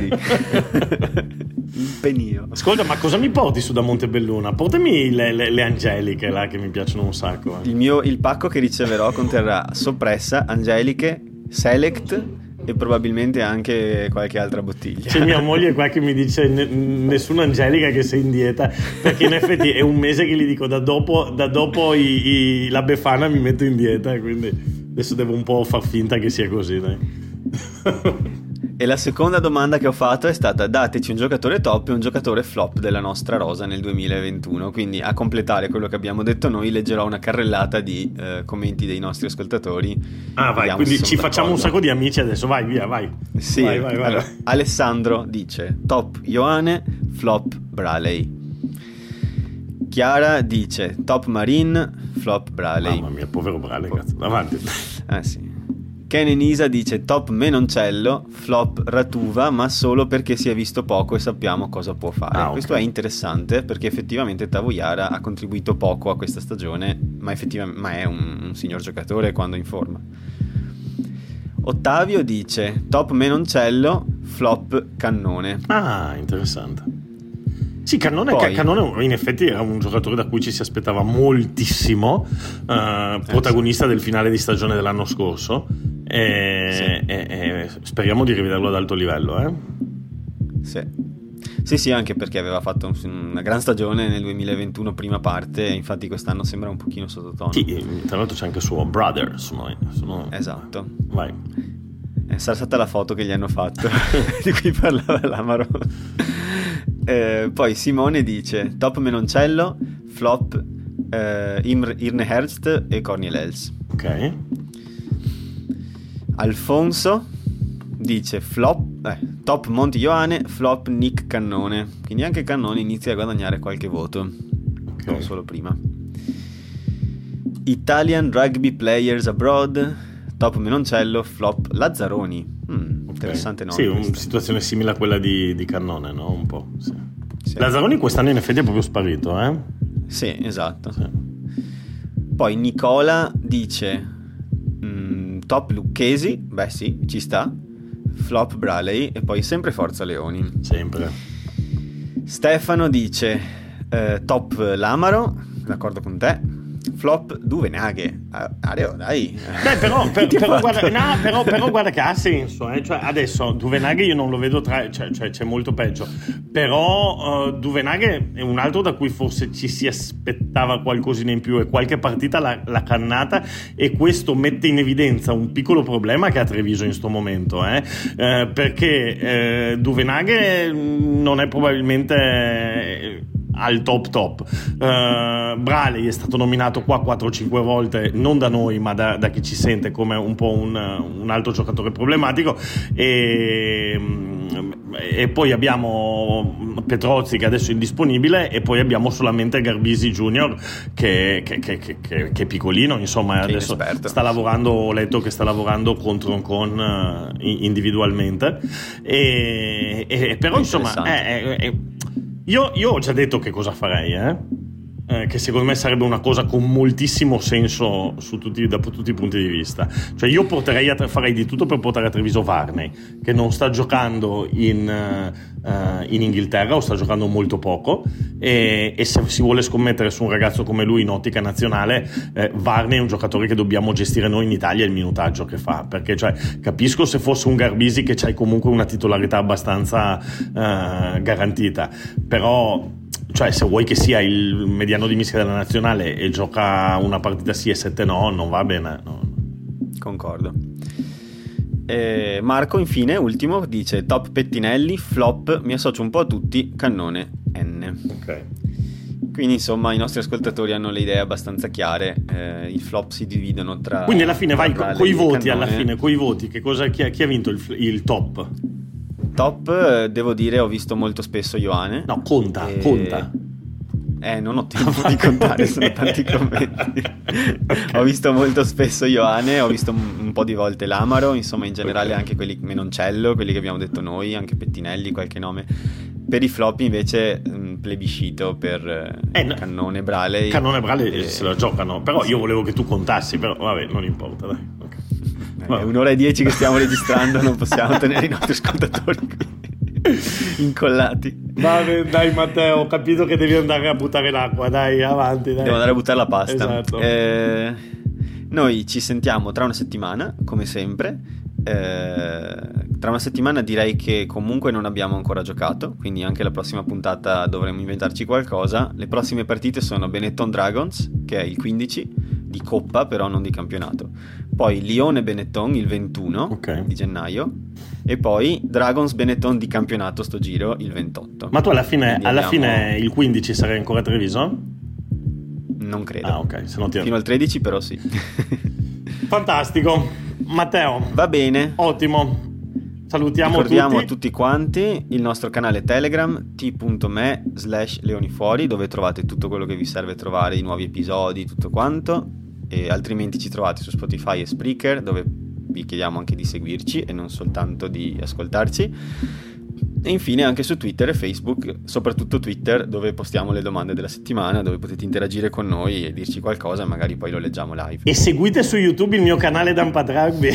Il penio. Ascolta, ma cosa mi porti su da Montebelluna? Portami le angeliche là che mi piacciono un sacco. Il pacco che riceverò conterrà soppressa, angeliche, select e probabilmente anche qualche altra bottiglia. C'è mia moglie qua che mi dice nessuna angelica che sei in dieta, perché in effetti è un mese che gli dico da dopo la Befana mi metto in dieta, quindi adesso devo un po' far finta che sia così, dai. E la seconda domanda che ho fatto è stata: dateci un giocatore top e un giocatore flop della nostra rosa nel 2021. Quindi, a completare quello che abbiamo detto noi, leggerò una carrellata di commenti dei nostri ascoltatori. Vai, quindi ci facciamo un sacco di amici adesso. Vai, via, vai. Sì, vai. Allora, Alessandro dice top Ioane, flop Braley. Chiara dice top Marin, flop Braley. Mamma mia, povero Braley, cazzo. Avanti. Sì. Ken e Nisa dice top Menoncello, flop Ratuva, ma solo perché si è visto poco e sappiamo cosa può fare. Okay. Questo è interessante perché effettivamente Tavoyara ha contribuito poco a questa stagione, ma è un signor giocatore quando in forma. Ottavio dice top Menoncello, flop Cannone. Interessante. Sì, Cannone in effetti era un giocatore da cui ci si aspettava moltissimo, protagonista del finale di stagione dell'anno scorso, e speriamo di rivederlo ad alto livello. Sì, anche perché aveva fatto una gran stagione nel 2021 prima parte, e infatti quest'anno sembra un pochino sottotono. Sì, tra l'altro c'è anche suo brother. Esatto. Vai. Sarà stata la foto che gli hanno fatto di cui parlava l'Amaro. Poi Simone dice top Menoncello, flop Irne Herbst e Corniel Els. Ok. Alfonso dice top Monti Ioane, flop Nick Cannone. Quindi anche Cannone inizia a guadagnare qualche voto, non solo prima. Italian Rugby Players Abroad, top Menoncello, flop Lazzaroni. Interessante nome. Sì, una situazione simile a quella di Cannone, no? Un po'. Sì. Lazzaroni quest'anno in effetti è proprio sparito, Sì, esatto. Sì. Poi Nicola dice top Lucchesi, beh sì, ci sta, flop Braley e poi sempre Forza Leoni. Sempre. Stefano dice top Lamaro, d'accordo con te, flop Duvenaghe. Areo, dai. Beh, però guarda che ha senso, Cioè, adesso Duvenaghe io non lo vedo cioè c'è molto peggio. Però Duvenaghe è un altro da cui forse ci si aspettava qualcosina in più, e qualche partita l'ha cannata, e questo mette in evidenza un piccolo problema che ha Treviso in sto momento, perché Duvenaghe non è probabilmente al top. Braley è stato nominato qua 4-5 volte, non da noi ma da chi ci sente, come un po' un altro giocatore problematico, e poi abbiamo Petrozzi che adesso è indisponibile, e poi abbiamo solamente Garbisi Junior che è piccolino, insomma, che adesso sta lavorando, ho letto che sta lavorando con Troncon individualmente, e però insomma io ho già detto che cosa farei, che secondo me sarebbe una cosa con moltissimo senso da tutti i punti di vista. Cioè io farei di tutto per portare a Treviso Varney, che non sta giocando in Inghilterra, o sta giocando molto poco, e se si vuole scommettere su un ragazzo come lui in ottica nazionale, Varney è un giocatore che dobbiamo gestire noi in Italia, il minutaggio che fa, perché cioè, capisco se fosse un Garbisi che c'hai comunque una titolarità abbastanza garantita, però cioè se vuoi che sia il mediano di mischia della nazionale e gioca una partita sì e 7 no, non va bene, no. Concordo. Marco infine, ultimo, dice top Pettinelli, flop, mi associo un po' a tutti, Cannone N. Ok. Quindi insomma i nostri ascoltatori hanno le idee abbastanza chiare, i flop si dividono tra... Quindi alla fine vai con i voti, cannone. alla fine con i voti, chi ha vinto il top? Top, devo dire, ho visto molto spesso Ioane. No, conta. Non ho tempo di contare, sono tanti commenti. Okay. Ho visto molto spesso Ioane, ho visto un po' di volte l'Amaro, insomma in generale anche quelli Menoncello, quelli che abbiamo detto noi, anche Pettinelli, qualche nome. Per i flop invece plebiscito per Cannone, Braley. Cannone e Braley se la giocano, però io volevo che tu contassi, però vabbè, non importa, dai. Okay. È 1:10 che stiamo registrando, non possiamo tenere i nostri ascoltatori incollati. Vabbè, dai Matteo, ho capito che devi andare a buttare l'acqua, dai, avanti, dai. Devo andare a buttare la pasta. Esatto. Noi ci sentiamo tra una settimana, come sempre. Tra una settimana direi che comunque non abbiamo ancora giocato, quindi anche la prossima puntata dovremo inventarci qualcosa. Le prossime partite sono Benetton Dragons, che è il 15 di Coppa, però non di campionato. Poi Lione Benetton il 21 di gennaio. E poi Dragons Benetton di campionato sto giro il 28. Ma tu alla fine il 15 sarai ancora a Treviso? Non credo. Ah, ok, se no fino al 13 però sì. Fantastico. Matteo. Va bene. Ottimo. Ricordiamo a tutti quanti il nostro canale Telegram t.me/leonifuori, dove trovate tutto quello che vi serve trovare, i nuovi episodi, tutto quanto, e altrimenti ci trovate su Spotify e Spreaker, dove vi chiediamo anche di seguirci e non soltanto di ascoltarci. E infine anche su Twitter e Facebook, soprattutto Twitter, dove postiamo le domande della settimana, dove potete interagire con noi e dirci qualcosa e magari poi lo leggiamo live. E seguite su YouTube il mio canale Dampat Rugby.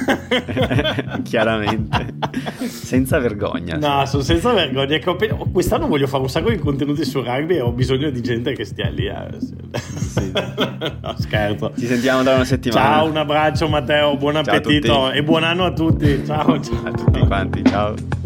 Chiaramente, senza vergogna. No, sono senza vergogna. Quest'anno voglio fare un sacco di contenuti su rugby e ho bisogno di gente che stia lì. Sì. No, scherzo. Ci sentiamo tra una settimana. Ciao, un abbraccio Matteo, buon appetito e buon anno a tutti. Ciao. A tutti quanti, ciao.